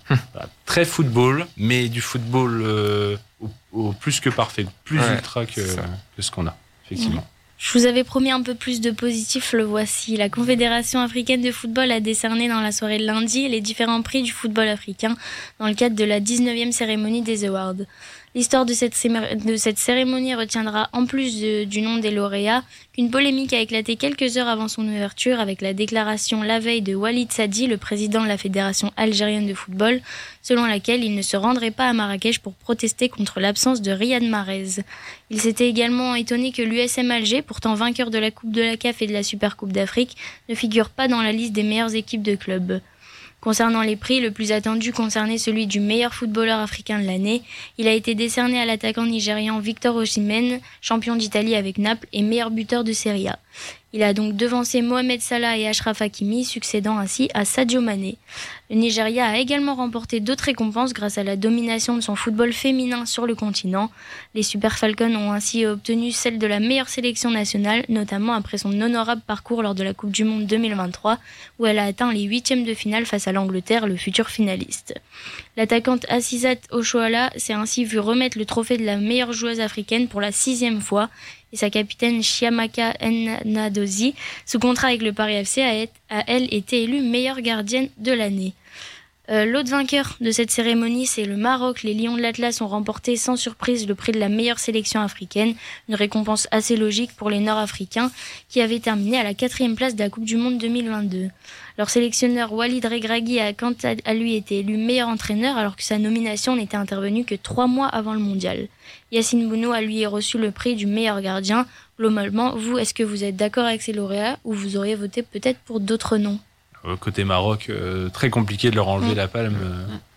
très football, mais du football au plus que parfait, plus ultra que ce qu'on a, effectivement. Je vous avais promis un peu plus de positif, le voici. La Confédération africaine de football a décerné dans la soirée de lundi les différents prix du football africain dans le cadre de la 19e cérémonie des Awards. L'histoire de cette cérémonie retiendra, en plus du nom des lauréats, qu'une polémique a éclaté quelques heures avant son ouverture avec la déclaration la veille de Walid Sadi, le président de la Fédération algérienne de football, selon laquelle il ne se rendrait pas à Marrakech pour protester contre l'absence de Riyad Mahrez. Il s'était également étonné que l'USM Alger, pourtant vainqueur de la Coupe de la CAF et de la Super Coupe d'Afrique, ne figure pas dans la liste des meilleures équipes de club. Concernant les prix, le plus attendu concernait celui du meilleur footballeur africain de l'année. Il a été décerné à l'attaquant nigérian Victor Osimhen, champion d'Italie avec Naples et meilleur buteur de Serie A. Il a donc devancé Mohamed Salah et Achraf Hakimi, succédant ainsi à Sadio Mané. Le Nigeria a également remporté d'autres récompenses grâce à la domination de son football féminin sur le continent. Les Super Falcons ont ainsi obtenu celle de la meilleure sélection nationale, notamment après son honorable parcours lors de la Coupe du Monde 2023, où elle a atteint les 8e de finale face à l'Angleterre, le futur finaliste. L'attaquante Assisat Oshoala s'est ainsi vue remettre le trophée de la meilleure joueuse africaine pour la 6e fois, et sa capitaine Chiamaka Nnadozie, sous contrat avec le Paris FC, a elle été élue meilleure gardienne de l'année. L'autre vainqueur de cette cérémonie, c'est le Maroc. Les Lions de l'Atlas ont remporté sans surprise le prix de la meilleure sélection africaine, une récompense assez logique pour les Nord-Africains qui avaient terminé à la 4e place de la Coupe du Monde 2022. Leur sélectionneur Walid Regragui a quant à lui été élu meilleur entraîneur alors que sa nomination n'était intervenue que 3 mois avant le mondial. Yacine Bounou a lui reçu le prix du meilleur gardien. Globalement, vous, est-ce que vous êtes d'accord avec ces lauréats ou vous auriez voté peut-être pour d'autres noms ? Côté Maroc, très compliqué de leur enlever la palme.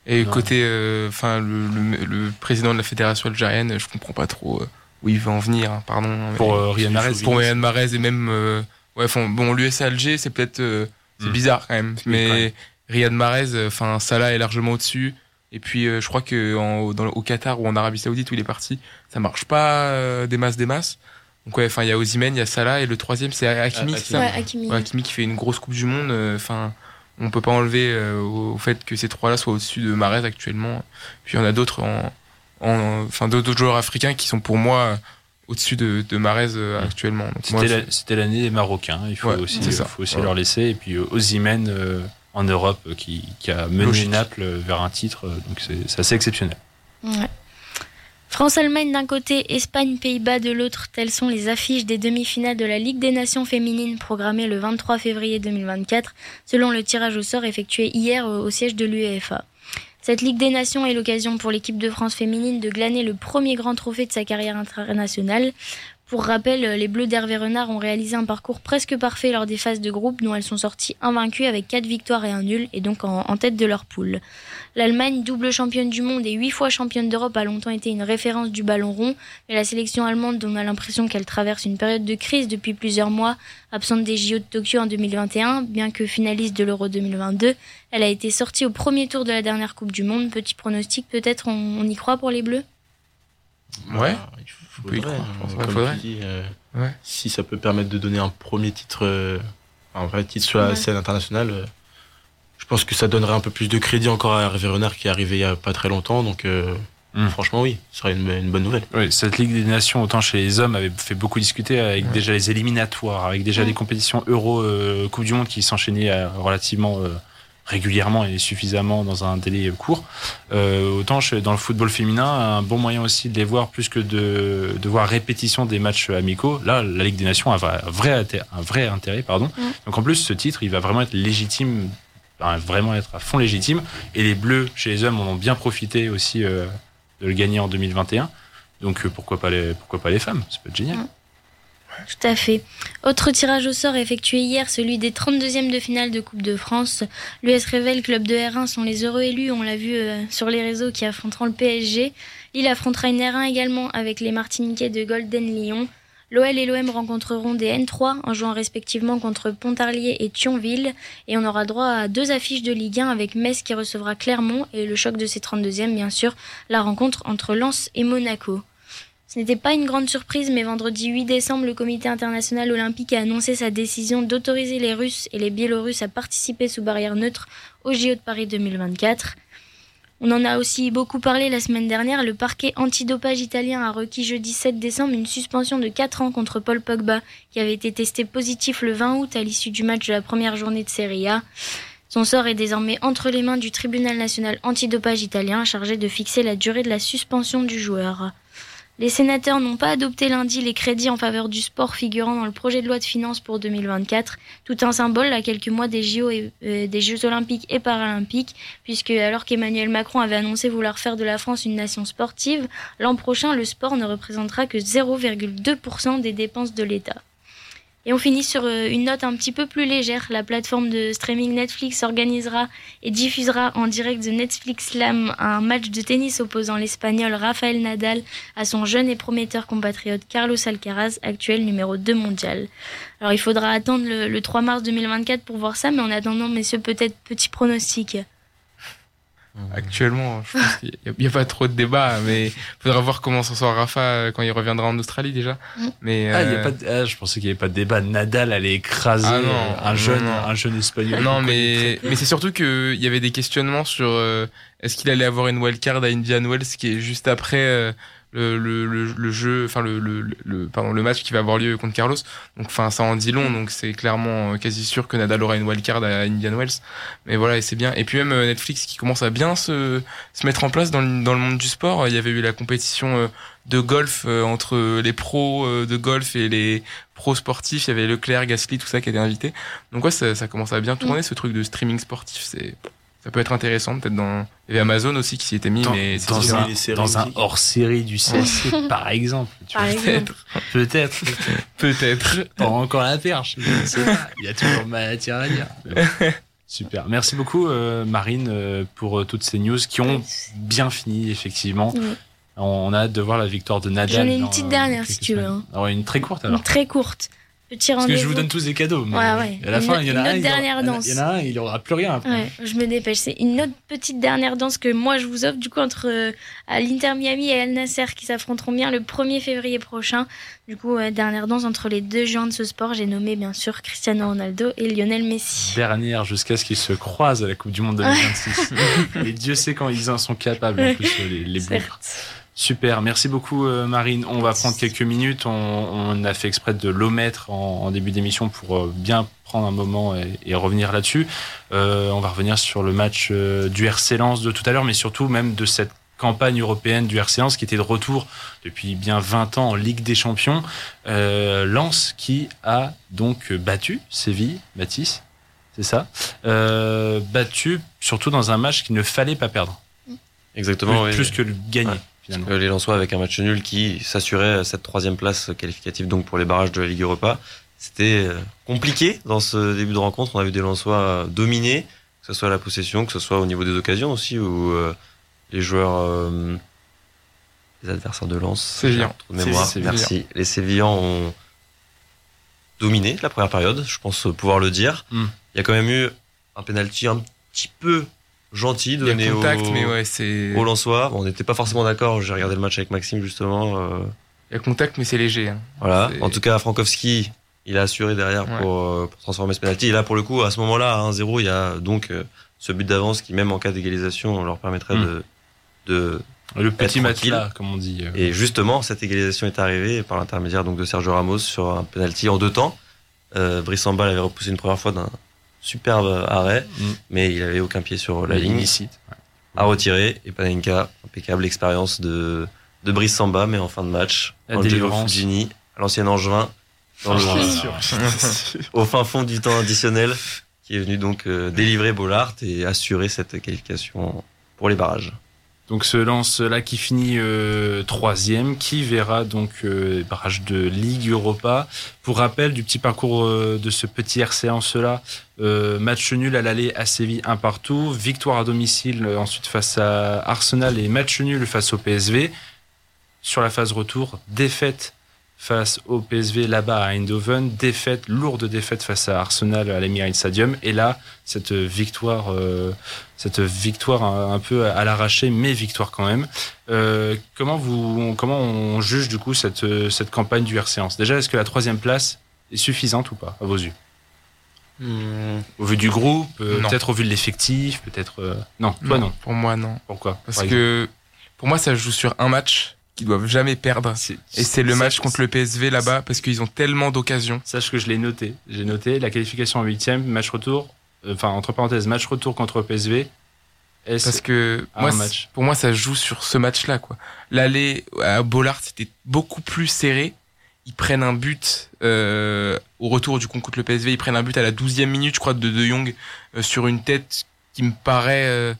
Et côté, le président de la fédération algérienne, je comprends pas trop où il veut en venir. Hein, pardon. Pour Riyad Mahrez. Pour Riyad Mahrez et même, l'US Alger, c'est peut-être, c'est bizarre quand même. Mais Riyad Mahrez, Salah est largement au-dessus. Et puis, je crois que au Qatar ou en Arabie Saoudite où il est parti, ça marche pas des masses. Donc il y a Osimhen, il y a Salah et le troisième c'est Hakimi, c'est ça. Hakimi qui fait une grosse Coupe du Monde. On peut pas enlever au fait que ces trois-là soient au-dessus de Mahrez actuellement. Puis il y en a d'autres d'autres joueurs africains qui sont pour moi au-dessus de Mahrez actuellement. Donc, c'était l'année des Marocains. Il faut aussi leur laisser. Et puis Osimhen en Europe qui a mené Naples vers un titre. Donc c'est assez exceptionnel. Ouais. France-Allemagne d'un côté, Espagne-Pays-Bas de l'autre, telles sont les affiches des demi-finales de la Ligue des Nations féminines programmées le 23 février 2024, selon le tirage au sort effectué hier au siège de l'UEFA. Cette Ligue des Nations est l'occasion pour l'équipe de France féminine de glaner le premier grand trophée de sa carrière internationale. Pour rappel, les Bleus d'Hervé Renard ont réalisé un parcours presque parfait lors des phases de groupe dont elles sont sorties invaincues avec 4 victoires et un nul et donc en tête de leur poule. L'Allemagne, double championne du monde et 8 fois championne d'Europe, a longtemps été une référence du ballon rond, mais la sélection allemande donne l'impression qu'elle traverse une période de crise depuis plusieurs mois. Absente des JO de Tokyo en 2021, bien que finaliste de l'Euro 2022, elle a été sortie au premier tour de la dernière Coupe du Monde. Petit pronostic, peut-être on y croit pour les Bleus ? Ouais, il faut y croire. Comme tu dis, si ça peut permettre de donner un premier titre, un vrai titre sur la scène internationale, je pense que ça donnerait un peu plus de crédit encore à Hervé Renard qui est arrivé il y a pas très longtemps. Donc franchement, oui, ce serait une bonne nouvelle. Oui, cette Ligue des Nations, autant chez les hommes, avait fait beaucoup discuter avec déjà les éliminatoires, avec déjà les compétitions Euro, Coupe du Monde qui s'enchaînaient relativement régulièrement et suffisamment dans un délai court. Autant dans le football féminin, un bon moyen aussi de les voir plus que de voir répétition des matchs amicaux. Là, la Ligue des Nations a un vrai intérêt. Donc en plus, ce titre, il va vraiment être légitime, vraiment être à fond légitime. Et les Bleus, chez les hommes, en ont bien profité aussi de le gagner en 2021. Donc pourquoi pas les femmes ? Ça peut être génial. Tout à fait. Autre tirage au sort effectué hier, celui des 32e de finale de Coupe de France. L'US Revel, club de R1, sont les heureux élus, on l'a vu sur les réseaux, qui affronteront le PSG. Lille affrontera une R1 également avec les Martiniquais de Golden Lion. L'OL et l'OM rencontreront des N3 en jouant respectivement contre Pontarlier et Thionville. Et on aura droit à 2 affiches de Ligue 1 avec Metz qui recevra Clermont et le choc de ces 32e, bien sûr, la rencontre entre Lens et Monaco. Ce n'était pas une grande surprise, mais vendredi 8 décembre, le Comité international olympique a annoncé sa décision d'autoriser les Russes et les Biélorusses à participer sous barrière neutre aux JO de Paris 2024. On en a aussi beaucoup parlé la semaine dernière. Le parquet antidopage italien a requis jeudi 7 décembre une suspension de 4 ans contre Paul Pogba, qui avait été testé positif le 20 août à l'issue du match de la première journée de Serie A. Son sort est désormais entre les mains du tribunal national antidopage italien, chargé de fixer la durée de la suspension du joueur. Les sénateurs n'ont pas adopté lundi les crédits en faveur du sport figurant dans le projet de loi de finances pour 2024. Tout un symbole à quelques mois des JO des Jeux Olympiques et Paralympiques, puisque alors qu'Emmanuel Macron avait annoncé vouloir faire de la France une nation sportive, l'an prochain, le sport ne représentera que 0,2% des dépenses de l'État. Et on finit sur une note un petit peu plus légère. La plateforme de streaming Netflix organisera et diffusera en direct de Netflix Slam un match de tennis opposant l'Espagnol Rafael Nadal à son jeune et prometteur compatriote Carlos Alcaraz, actuel numéro 2 mondial. Alors il faudra attendre le 3 mars 2024 pour voir ça, mais en attendant, messieurs, peut-être petit pronostic. Actuellement, je pense qu'il n'y a pas trop de débat, mais il faudra voir comment s'en sort Rafa quand il reviendra en Australie déjà. Mais je pensais qu'il n'y avait pas de débat. Nadal allait écraser un jeune espagnol. Non, mais c'est surtout qu'il y avait des questionnements sur est-ce qu'il allait avoir une wildcard à Indian Wells, qui est juste après le jeu, enfin le match qui va avoir lieu contre Carlos. Donc ça en dit long, donc c'est clairement quasi sûr que Nadal aura une wildcard à Indian Wells. Mais voilà, et c'est bien. Et puis même Netflix qui commence à bien se mettre en place dans le monde du sport. Il y avait eu la compétition de golf entre les pros de golf et les pros sportifs. Il y avait Leclerc, Gasly, tout ça qui était invité. Donc ouais, ça commence à bien tourner, ce truc de streaming sportif. Ça peut être intéressant, peut-être dans... Il y avait Amazon aussi qui s'y était mis, mais c'est dans un hors-série du CSC, par exemple. Peut-être. Pas encore la perche. Il y a toujours matière à dire. Super. Merci beaucoup, Marine, pour toutes ces news qui ont bien fini, effectivement. Oui. On a hâte de voir la victoire de Nadal. J'en ai une petite dernière, si tu veux. Hein. Alors, une très courte, alors. Une très courte. Petit Parce que je vous donne tous des cadeaux. Mais ouais. À la fin, il y en a un. Il y en a un, il n'y aura plus rien après. Ouais, je me dépêche. C'est une autre petite dernière danse que moi je vous offre, du coup, entre l'Inter Miami et Al Nasser qui s'affronteront bien le 1er février prochain. Du coup, dernière danse entre les deux géants de ce sport. J'ai nommé, bien sûr, Cristiano Ronaldo et Lionel Messi. Dernière jusqu'à ce qu'ils se croisent à la Coupe du Monde 2026. Et Dieu sait quand ils en sont capables, en plus, les bouffres. Super, merci beaucoup Marine. On va prendre quelques minutes. On a fait exprès de l'omettre en début d'émission pour bien prendre un moment et revenir là-dessus. On va revenir sur le match du RC Lens de tout à l'heure, mais surtout même de cette campagne européenne du RC Lens qui était de retour depuis bien 20 ans en Ligue des Champions. Lens qui a donc battu Séville, Mathis, c'est ça, battu surtout dans un match qu'il ne fallait pas perdre. Exactement, plus que le gagner. Ouais. Les Lensois avec un match nul qui s'assurait cette 3e place qualificative donc pour les barrages de la Ligue Europa. C'était compliqué dans ce début de rencontre. On a vu des Lensois dominés, que ce soit à la possession, que ce soit au niveau des occasions aussi, où les joueurs, les adversaires de Lens, Sévillans. Merci. Les Sévillans ont dominé la première période, je pense pouvoir le dire. Il y a quand même eu un penalty un petit peu gentil donné au Lensois. On n'était pas forcément d'accord. J'ai regardé le match avec Maxime justement. Il y a contact, mais c'est léger. Hein. Voilà. En tout cas, Frankowski, il a assuré derrière pour transformer ce penalty. Et là, pour le coup, à ce moment-là, à 1-0, il y a donc ce but d'avance qui, même en cas d'égalisation, leur permettrait de le petit matelas, comme on dit. Et justement, cette égalisation est arrivée par l'intermédiaire donc de Sergio Ramos sur un penalty en 2 temps. Brice Samba l'avait repoussé une première fois d'un superbe arrêt, mais il avait aucun pied sur la ligne. Illicite. À retirer, et Panenka, impeccable expérience de Brice Samba, mais en fin de match, Angelo Fugini, à l'ancien Angevin, au fin fond du temps additionnel, qui est venu donc délivrer Bollaert et assurer cette qualification pour les barrages. Donc ce Lens-là qui finit 3e, qui verra donc les barrages de Ligue Europa. Pour rappel du petit parcours de ce petit RC Lens-là, match nul à l'aller à Séville 1-1, victoire à domicile ensuite face à Arsenal et match nul face au PSV. Sur la phase retour, défaite face au PSV là-bas à Eindhoven, lourde défaite face à Arsenal à l'Emirates Stadium, et là cette victoire un peu à l'arraché, mais victoire quand même. Comment on juge du coup cette campagne du RC Lens ? Déjà, est-ce que la 3e place est suffisante ou pas à vos yeux ? Au vu du groupe, peut-être au vu de l'effectif, peut-être non. Toi non. Pour moi non. Pourquoi ? Parce que pour moi ça se joue sur un match qu'ils doivent jamais perdre. C'est le match contre le PSV là-bas, parce qu'ils ont tellement d'occasions. Sache que je l'ai noté. J'ai noté la qualification en 8e, match retour, entre parenthèses, match retour contre le PSV. Parce que pour moi, ça se joue sur ce match-là, quoi. L'aller à Bollaert, c'était beaucoup plus serré. Ils prennent un but au retour du coup contre le PSV. Ils prennent un but à la 12e minute, je crois, de Jong sur une tête qui me paraît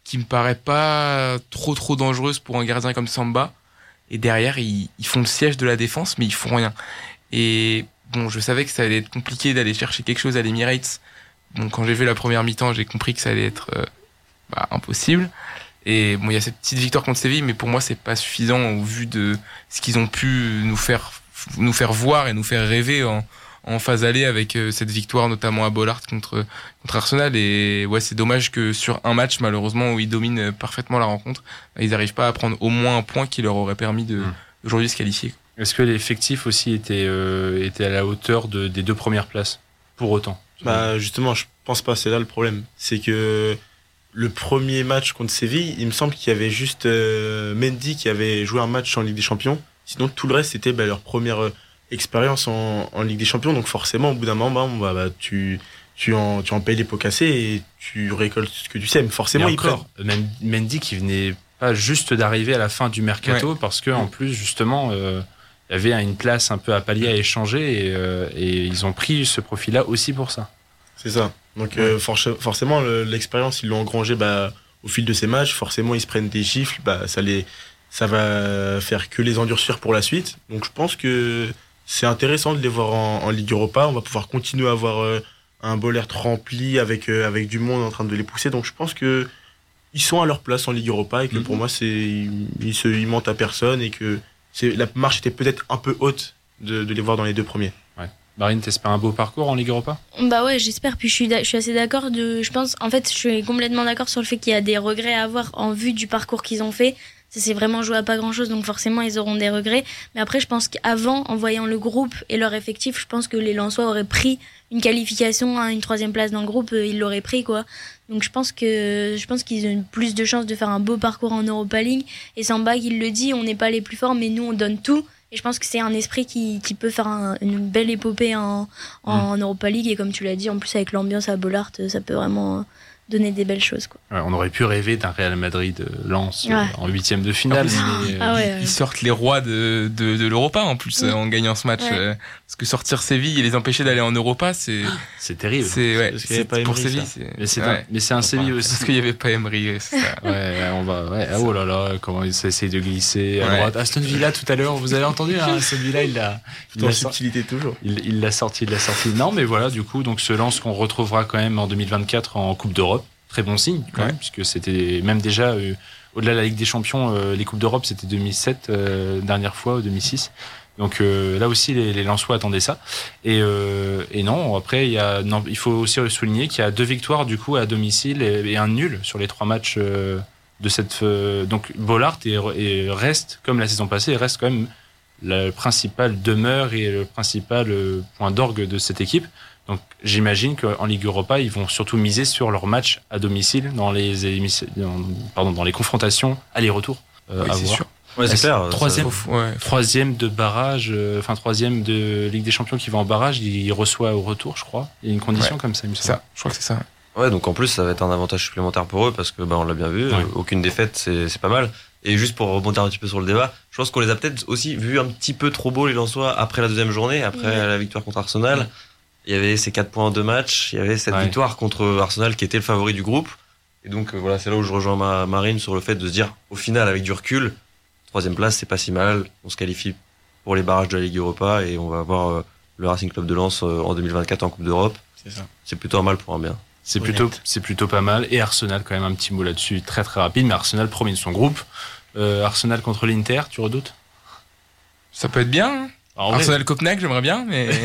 pas trop dangereuse pour un gardien comme Samba. Et derrière, ils font le siège de la défense, mais ils font rien. Et bon, je savais que ça allait être compliqué d'aller chercher quelque chose à l'Emirates. Bon, quand j'ai vu la première mi-temps, j'ai compris que ça allait être impossible. Et bon, il y a cette petite victoire contre Séville, mais pour moi, c'est pas suffisant au vu de ce qu'ils ont pu nous faire voir et nous faire rêver en phase aller avec cette victoire, notamment à Bollaert contre Arsenal. Et ouais, c'est dommage que sur un match, malheureusement, où ils dominent parfaitement la rencontre, ils n'arrivent pas à prendre au moins un point qui leur aurait permis d'aujourd'hui se qualifier. Est-ce que l'effectif aussi était à la hauteur des 2 premières places, pour autant ? Justement, je pense pas, c'est là le problème. C'est que le premier match contre Séville, il me semble qu'il y avait juste Mendy qui avait joué un match en Ligue des Champions. Sinon, tout le reste, c'était leur première expérience en Ligue des Champions. Donc forcément, au bout d'un moment, tu en payes les pots cassés et tu récoltes ce que tu sèmes. Forcément, il perd. Mendy qui venait pas juste d'arriver à la fin du mercato, parce que en plus, justement, il y avait une place un peu à palier à échanger et ils ont pris ce profil-là aussi pour ça. C'est ça. Donc forcément, l'expérience, ils l'ont engrangé au fil de ces matchs. Forcément, ils se prennent des gifles. Ça va faire que les endurcir pour la suite. Donc je pense que c'est intéressant de les voir en Ligue Europa. On va pouvoir continuer à avoir un Bollaert rempli avec du monde en train de les pousser. Donc je pense que ils sont à leur place en Ligue Europa et que pour moi ils mentent à personne et que la marche était peut-être un peu haute de les voir dans les 2 premiers. Ouais. Marine, t'espères un beau parcours en Ligue Europa ? Bah ouais, j'espère. Puis je suis assez d'accord. Je suis complètement d'accord sur le fait qu'il y a des regrets à avoir en vue du parcours qu'ils ont fait. Ça s'est vraiment joué à pas grand chose, donc forcément ils auront des regrets. Mais après, je pense qu'avant, en voyant le groupe et leur effectif, je pense que les Lensois auraient pris une qualification à une 3e place dans le groupe, ils l'auraient pris, quoi. Donc je pense qu'ils ont plus de chances de faire un beau parcours en Europa League. Et Samba, il le dit, on n'est pas les plus forts, mais nous on donne tout. Et je pense que c'est un esprit qui peut faire une belle épopée en Europa League. Et comme tu l'as dit, en plus avec l'ambiance à Bollaert, ça peut vraiment donner des belles choses, quoi. Ouais, on aurait pu rêver d'un Real Madrid-Lens en 8e de finale. Ils sortent les rois de l'Europa en plus en gagnant ce match. Parce que sortir Séville et les empêcher d'aller en Europa, c'est terrible. Pour Séville. Mais c'est un Séville aussi. Parce qu'il n'y avait pas Emery. C'est ça. Oh là là, comment ils essayent de glisser à droite. Aston Villa tout à l'heure, vous avez entendu, hein, Aston Villa, il l'a subtilité toujours. Il l'a sorti. Non, mais voilà, du coup, donc ce Lens qu'on retrouvera quand même en 2024 en Coupe d'Europe. Très bon signe quand même, puisque c'était même déjà au-delà de la Ligue des Champions, les Coupes d'Europe c'était 2007 dernière fois, ou 2006. Donc là aussi les Lensois attendaient ça. Et non, après il faut aussi souligner qu'il y a 2 victoires du coup à domicile et un nul sur les 3 matchs de cette. Donc Bollaert et reste comme la saison passée, reste quand même la principale demeure et le principal point d'orgue de cette équipe. Donc j'imagine qu'en Ligue Europa, ils vont surtout miser sur leurs matchs à domicile dans les confrontations aller-retour. C'est sûr. Ouais, c'est clair. Troisième de barrage, troisième de Ligue des Champions qui va en barrage, il reçoit au retour, je crois. Il y a une condition comme ça, il me semble. Je crois que c'est ça. Ouais, donc en plus ça va être un avantage supplémentaire pour eux parce que on l'a bien vu, aucune défaite, c'est pas mal. Et juste pour rebondir un petit peu sur le débat, je pense qu'on les a peut-être aussi vus un petit peu trop beaux les Lensois après la 2e journée, après la victoire contre Arsenal. Il y avait ces 4 points en 2 matchs, il y avait cette victoire contre Arsenal qui était le favori du groupe. Et donc voilà, c'est là où je rejoins Marine sur le fait de se dire, au final, avec du recul, 3e place, c'est pas si mal. On se qualifie pour les barrages de la Ligue Europa et on va avoir le Racing Club de Lens en 2024 en Coupe d'Europe. C'est ça. C'est plutôt un mal pour un bien. C'est plutôt pas mal. Et Arsenal, quand même, un petit mot là-dessus, très très rapide. Mais Arsenal, premier de son groupe. Arsenal contre l'Inter, tu redoutes ? Ça peut être bien, hein. Arsenal Copenhague, j'aimerais bien,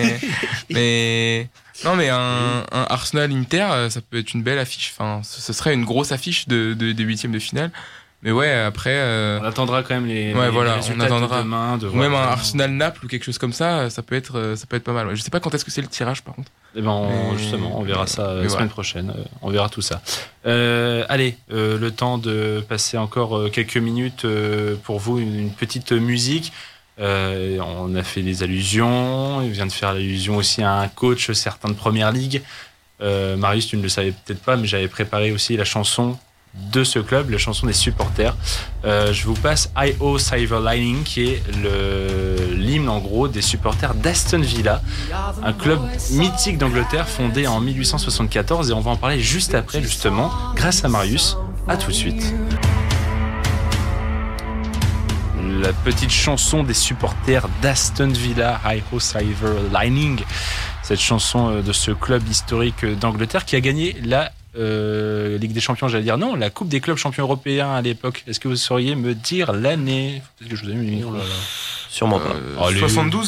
mais non, mais un Arsenal Inter, ça peut être une belle affiche. Enfin, ce serait une grosse affiche de 8e de finale. Mais ouais, après. On attendra quand même les résultats de demain. Ou même un Arsenal Naples ou quelque chose comme ça, ça peut être pas mal. Ouais. Je sais pas quand est-ce que c'est le tirage, par contre. Justement, on verra ça la semaine prochaine. On verra tout ça. Allez, le temps de passer encore quelques minutes pour vous, une petite musique. On a fait des allusions, il vient de faire allusion aussi à un coach certain de Première Ligue. Marius, tu ne le savais peut-être pas, mais j'avais préparé aussi la chanson de ce club, la chanson des supporters. Je vous passe I.O. Silver Lining, qui est l'hymne en gros des supporters d'Aston Villa, un club mythique d'Angleterre fondé en 1874, et on va en parler juste après justement, grâce à Marius. À tout de suite. La petite chanson des supporters d'Aston Villa, I.O. Silver Lining, cette chanson de ce club historique d'Angleterre qui a gagné la Ligue des Champions, j'allais dire non, la Coupe des clubs champions européens à l'époque. Est-ce que vous sauriez me dire l'année ? Peut-être que je vous ai mis le micro. Sûrement pas. 72 ?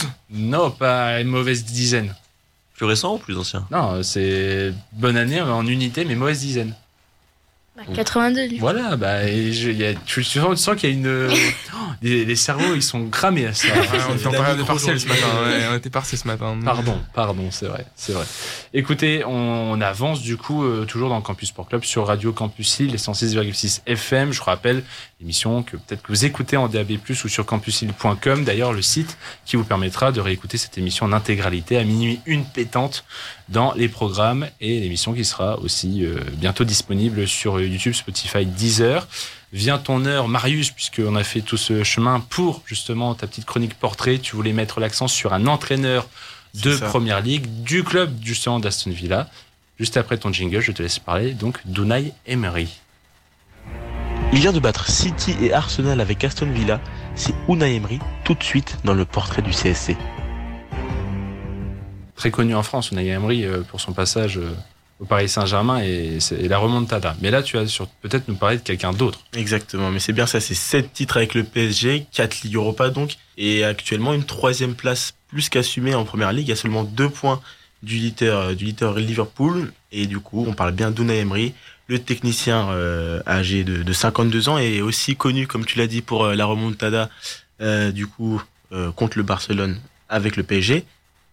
Non, pas une mauvaise dizaine. Plus récent ou plus ancien ? Non, c'est bonne année en unité, mais mauvaise dizaine. 82 du coup. Voilà, tu sens qu'il y a une les cerveaux ils sont cramés à ça. On était en période de partiel ce matin. On était partiel ce matin. Pardon, c'est vrai. Écoutez, on avance du coup toujours dans le Campus Sport Club sur Radio Campus Lille, les 106,6 FM. Je vous rappelle l'émission que peut-être que vous écoutez en DAB+ ou sur campuslille.com. D'ailleurs, le site qui vous permettra de réécouter cette émission en intégralité à minuit une pétante dans les programmes, et l'émission qui sera aussi bientôt disponible sur YouTube, Spotify, Deezer. Vient ton heure, Marius, puisqu'on a fait tout ce chemin pour justement ta petite chronique portrait. Tu voulais mettre l'accent sur un entraîneur de Première Ligue du club justement d'Aston Villa. Juste après ton jingle, je te laisse parler donc d'Unai Emery. Il vient de battre City et Arsenal avec Aston Villa. C'est Unai Emery tout de suite dans le portrait du CSC. très connu en France, Unai Emery, pour son passage au Paris Saint-Germain et la remontada. Mais là, tu vas peut-être nous parler de quelqu'un d'autre. Exactement, mais c'est bien ça, c'est 7 titres avec le PSG, 4 Ligues Europa donc, et actuellement une 3e place plus qu'assumée en première ligue, il y a seulement 2 points du leader Liverpool, et du coup, on parle bien d'Unai Emery, le technicien âgé de 52 ans, et aussi connu, comme tu l'as dit, pour la remontada, contre le Barcelone avec le PSG.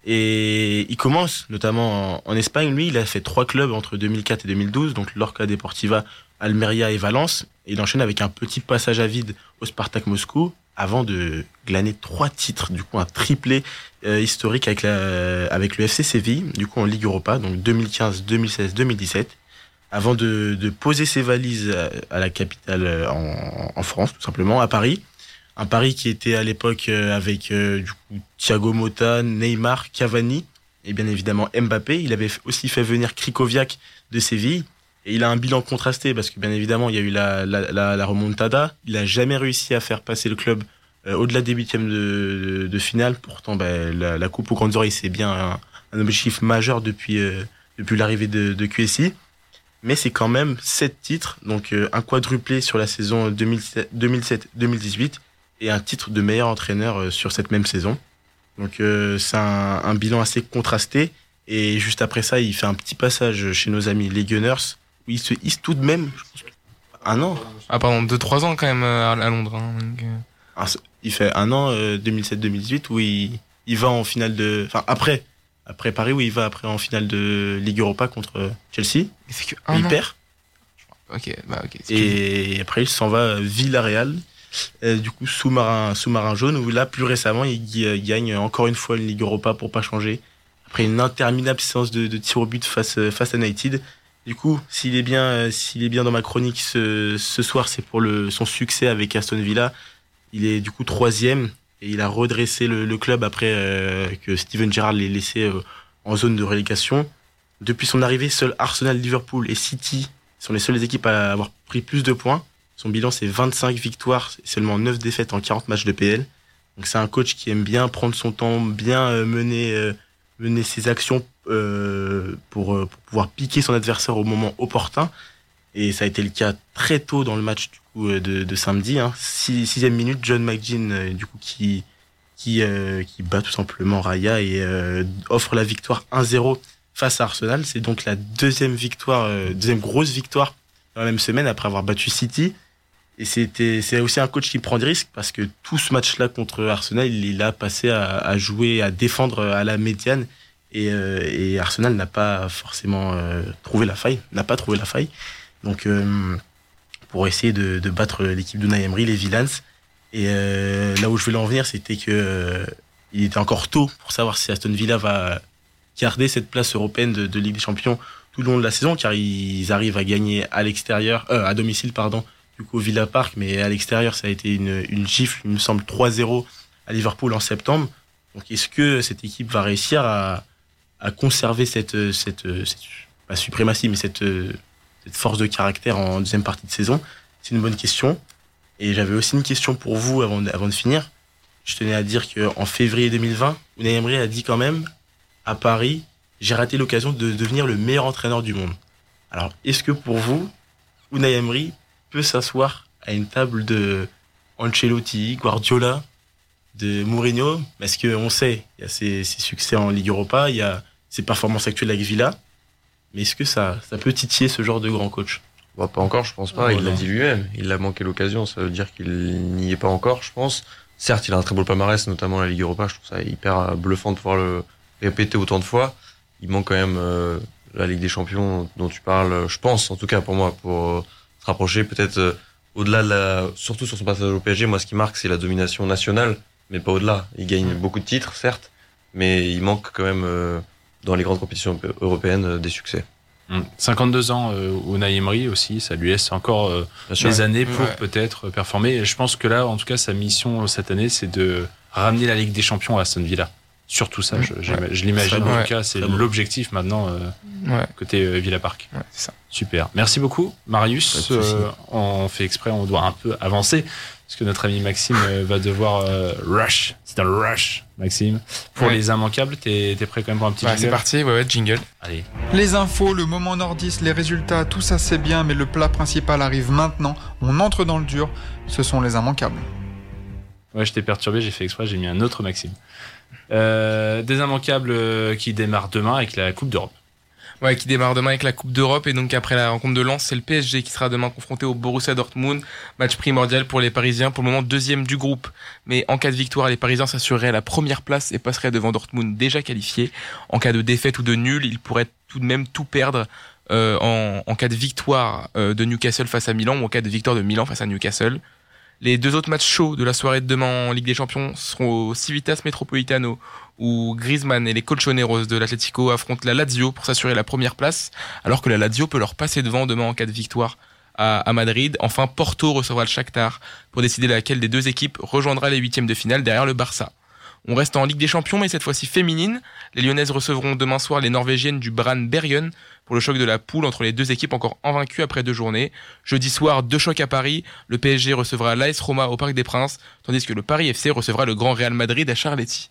Et il commence notamment en Espagne. Lui, il a fait 3 clubs entre 2004 et 2012, donc Lorca Deportiva, Almeria et Valence. Et il enchaîne avec un petit passage à vide au Spartak Moscou avant de glaner 3 titres, du coup un triplé historique avec le FC Séville, du coup en Ligue Europa, donc 2015, 2016, 2017, avant de poser ses valises à la capitale en France, tout simplement, à Paris. Un Paris qui était à l'époque avec Thiago Motta, Neymar, Cavani et bien évidemment Mbappé. Il avait aussi fait venir Krikoviak de Séville. Et il a un bilan contrasté parce que bien évidemment il y a eu la remontada. Il a jamais réussi à faire passer le club au-delà des 8e de finale. Pourtant la Coupe aux grandes oreilles c'est bien un objectif majeur depuis l'arrivée de QSI. Mais c'est quand même 7 titres, donc un quadruplé sur la saison 2007-2018 et un titre de meilleur entraîneur sur cette même saison. Donc c'est un bilan assez contrasté. Et juste après ça, il fait un petit passage chez nos amis les Gunners, où il se hisse tout de même, je pense, 1 an. Ah pardon, 2-3 ans quand même à Londres. Hein, donc... Il fait 1 an, 2007-2018, où il va en finale de... Enfin, après Paris, où il va après en finale de Ligue Europa contre Chelsea. Il fait que il perd. Ok. Et après, il s'en va à Villarreal. Du coup, sous-marin jaune, où là, plus récemment, il gagne encore une fois une Ligue Europa pour pas changer. Après une interminable séance de tir au but face à United. Du coup, s'il est bien dans ma chronique ce soir, c'est pour son succès avec Aston Villa. Il est du coup 3e et il a redressé le club après que Steven Gerrard l'ait laissé en zone de relégation. Depuis son arrivée, seuls Arsenal, Liverpool et City sont les seules équipes à avoir pris plus de points. Son bilan, c'est 25 victoires et seulement 9 défaites en 40 matchs de PL. Donc c'est un coach qui aime bien prendre son temps, bien mener ses actions pour pouvoir piquer son adversaire au moment opportun. Et ça a été le cas très tôt dans le match du coup de samedi. 6e minute, John McGinn du coup qui bat tout simplement Raya et offre la victoire 1-0 face à Arsenal. C'est donc la deuxième grosse victoire dans la même semaine après avoir battu City. Et c'est aussi un coach qui prend des risques parce que tout ce match-là contre Arsenal, il a passé à jouer, à défendre à la médiane. Et Arsenal n'a pas forcément trouvé la faille. Donc, pour essayer de battre l'équipe d'Unai Emery, les Villains. Et là où je voulais en venir, c'était que il était encore tôt pour savoir si Aston Villa va garder cette place européenne de Ligue des Champions tout le long de la saison, car ils arrivent à gagner à domicile, du coup au Villa Park, mais à l'extérieur, ça a été une gifle, il me semble 3-0 à Liverpool en septembre. Donc, est-ce que cette équipe va réussir à conserver cette pas suprématie, mais cette force de caractère en deuxième partie de saison? C'est une bonne question. Et j'avais aussi une question pour vous avant de finir. Je tenais à dire qu'en février 2020, Unai Emery a dit quand même, à Paris, j'ai raté l'occasion de devenir le meilleur entraîneur du monde. Alors, est-ce que pour vous, Unai Emery peut s'asseoir à une table de Ancelotti, Guardiola, de Mourinho? Parce qu'on sait, il y a ses succès en Ligue Europa, il y a ses performances actuelles avec Villa. Mais est-ce que ça peut titiller ce genre de grand coach? Pas encore, je pense pas. Il l'a dit lui-même. Il a manqué l'occasion. Ça veut dire qu'il n'y est pas encore, je pense. Certes, il a un très beau palmarès, notamment la Ligue Europa. Je trouve ça hyper bluffant de pouvoir le répéter autant de fois. Il manque quand même la Ligue des Champions dont tu parles. Je pense, en tout cas pour moi, pour se rapprocher peut-être au-delà surtout sur son passage au PSG. Moi, ce qui marque, c'est la domination nationale, mais pas au-delà. Il gagne beaucoup de titres, certes, mais il manque quand même dans les grandes compétitions européennes des succès. 52 ans, Unai Emery aussi, ça lui laisse encore des années pour peut-être performer. Et je pense que là, en tout cas, sa mission cette année, c'est de ramener la Ligue des Champions à Aston Villa. surtout ça, je l'imagine. En tout cas, c'est l'objectif maintenant côté Villa Park. Ouais, c'est ça. Super. Merci beaucoup, Marius. On fait exprès, on doit un peu avancer parce que notre ami Maxime va devoir rush. C'est un rush, Maxime. Pour les immanquables, t'es prêt quand même pour un petit jingle ? C'est parti, jingle. Allez. Les infos, le moment nordiste, les résultats, tout ça c'est bien, mais le plat principal arrive maintenant. On entre dans le dur. Ce sont les immanquables. Ouais, je t'ai perturbé, j'ai fait exprès, j'ai mis un autre Maxime. Des immanquables qui démarrent demain avec la Coupe d'Europe. Ouais, qui démarre demain avec la Coupe d'Europe, et donc après la rencontre de Lens, c'est le PSG qui sera demain confronté au Borussia Dortmund. Match primordial pour les Parisiens, pour le moment deuxième du groupe. Mais en cas de victoire, les Parisiens s'assureraient la première place et passeraient devant Dortmund déjà qualifié. En cas de défaite ou de nul, ils pourraient tout de même tout perdre en cas de victoire de Newcastle face à Milan ou en cas de victoire de Milan face à Newcastle. Les deux autres matchs chauds de la soirée de demain en Ligue des Champions seront au Civitas Metropolitano, où Griezmann et les Colchoneros de l'Atlético affrontent la Lazio pour s'assurer la première place, alors que la Lazio peut leur passer devant demain en cas de victoire à Madrid. Enfin, Porto recevra le Shakhtar pour décider laquelle des deux équipes rejoindra les huitièmes de finale derrière le Barça. On reste en Ligue des Champions, mais cette fois-ci féminine. Les Lyonnaises recevront demain soir les Norvégiennes du Brann Bergen pour le choc de la poule entre les deux équipes encore invaincues après 2 journées. Jeudi soir, 2 chocs à Paris. Le PSG recevra l'AS Roma au Parc des Princes, tandis que le Paris FC recevra le Grand Real Madrid à Charletti.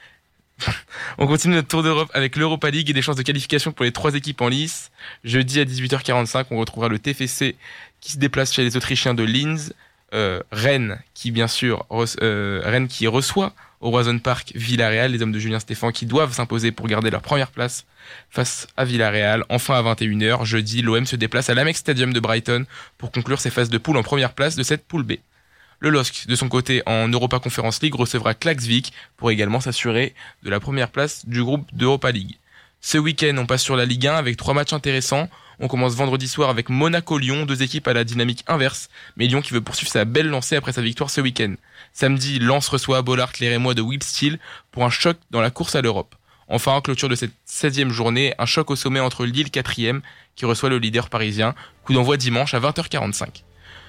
On continue notre tour d'Europe avec l'Europa League et des chances de qualification pour les 3 équipes en lice. Jeudi à 18h45, on retrouvera le TFC qui se déplace chez les Autrichiens de Linz. Rennes qui bien sûr Rennes qui reçoit au Roison Park Villarreal, les hommes de Julien Stéphan qui doivent s'imposer pour garder leur première place face à Villarreal. Enfin à 21h, jeudi, l'OM se déplace à l'Amex Stadium de Brighton pour conclure ses phases de poule en première place de cette poule B. Le LOSC, de son côté, en Europa Conference League, recevra Klaksvik pour également s'assurer de la première place du groupe d'Europa League. Ce week-end, on passe sur la Ligue 1 avec 3 matchs intéressants. On commence vendredi soir avec Monaco-Lyon, 2 équipes à la dynamique inverse, mais Lyon qui veut poursuivre sa belle lancée après sa victoire ce week-end. Samedi, Lens reçoit à Bollaert les Rémois de Whipsteel pour un choc dans la course à l'Europe. Enfin, en clôture de cette 16e journée, un choc au sommet entre Lille 4e, qui reçoit le leader parisien. Coup d'envoi dimanche à 20h45.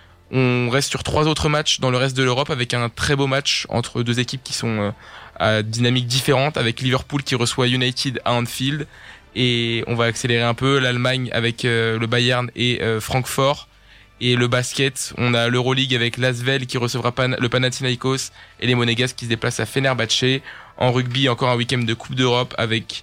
On reste sur 3 autres matchs dans le reste de l'Europe avec un très beau match entre 2 équipes qui sont à dynamique différente, avec Liverpool qui reçoit United à Anfield. Et on va accélérer un peu, l'Allemagne avec le Bayern et Francfort. Et le basket, on a l'Euroleague avec l'Asvel qui recevra le Panathinaikos et les Monégasques qui se déplacent à Fenerbahçe. En rugby, encore un week-end de Coupe d'Europe avec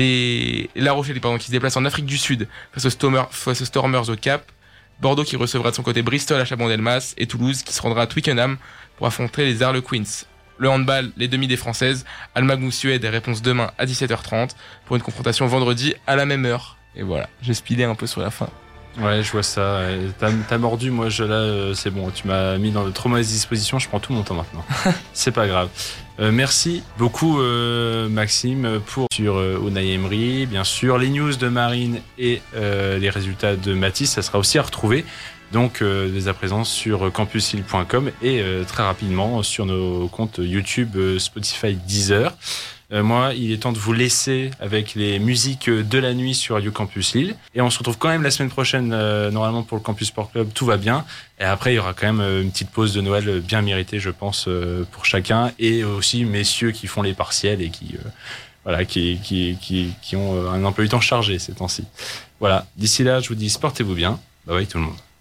La Rochelle qui se déplace en Afrique du Sud face aux Stormers au Cap. Bordeaux qui recevra de son côté Bristol à Chabon-Delmas et Toulouse qui se rendra à Twickenham pour affronter les Harlequins. Le handball, les demi des Françaises, Almagou-Suède, réponse demain à 17h30 pour une confrontation vendredi à la même heure. Et voilà, j'ai speedé un peu sur la fin. Ouais, je vois ça. T'as mordu, moi c'est bon, tu m'as mis dans de trop mauvaises dispositions, je prends tout mon temps maintenant. C'est pas grave. Merci beaucoup Maxime sur Unai Emery, bien sûr, les news de Marine et les résultats de Mathis, ça sera aussi à retrouver. Donc dès à présent sur campushill.com et très rapidement sur nos comptes YouTube, Spotify, Deezer. Moi, il est temps de vous laisser avec les musiques de la nuit sur Radio Campus Lille. Et on se retrouve quand même la semaine prochaine, normalement pour le Campus Sport Club, tout va bien. Et après, il y aura quand même une petite pause de Noël bien méritée, je pense, pour chacun. Et aussi messieurs qui font les partiels et qui ont un emploi du temps chargé ces temps-ci. Voilà, d'ici là, je vous dis, portez-vous bien. Bye bye tout le monde.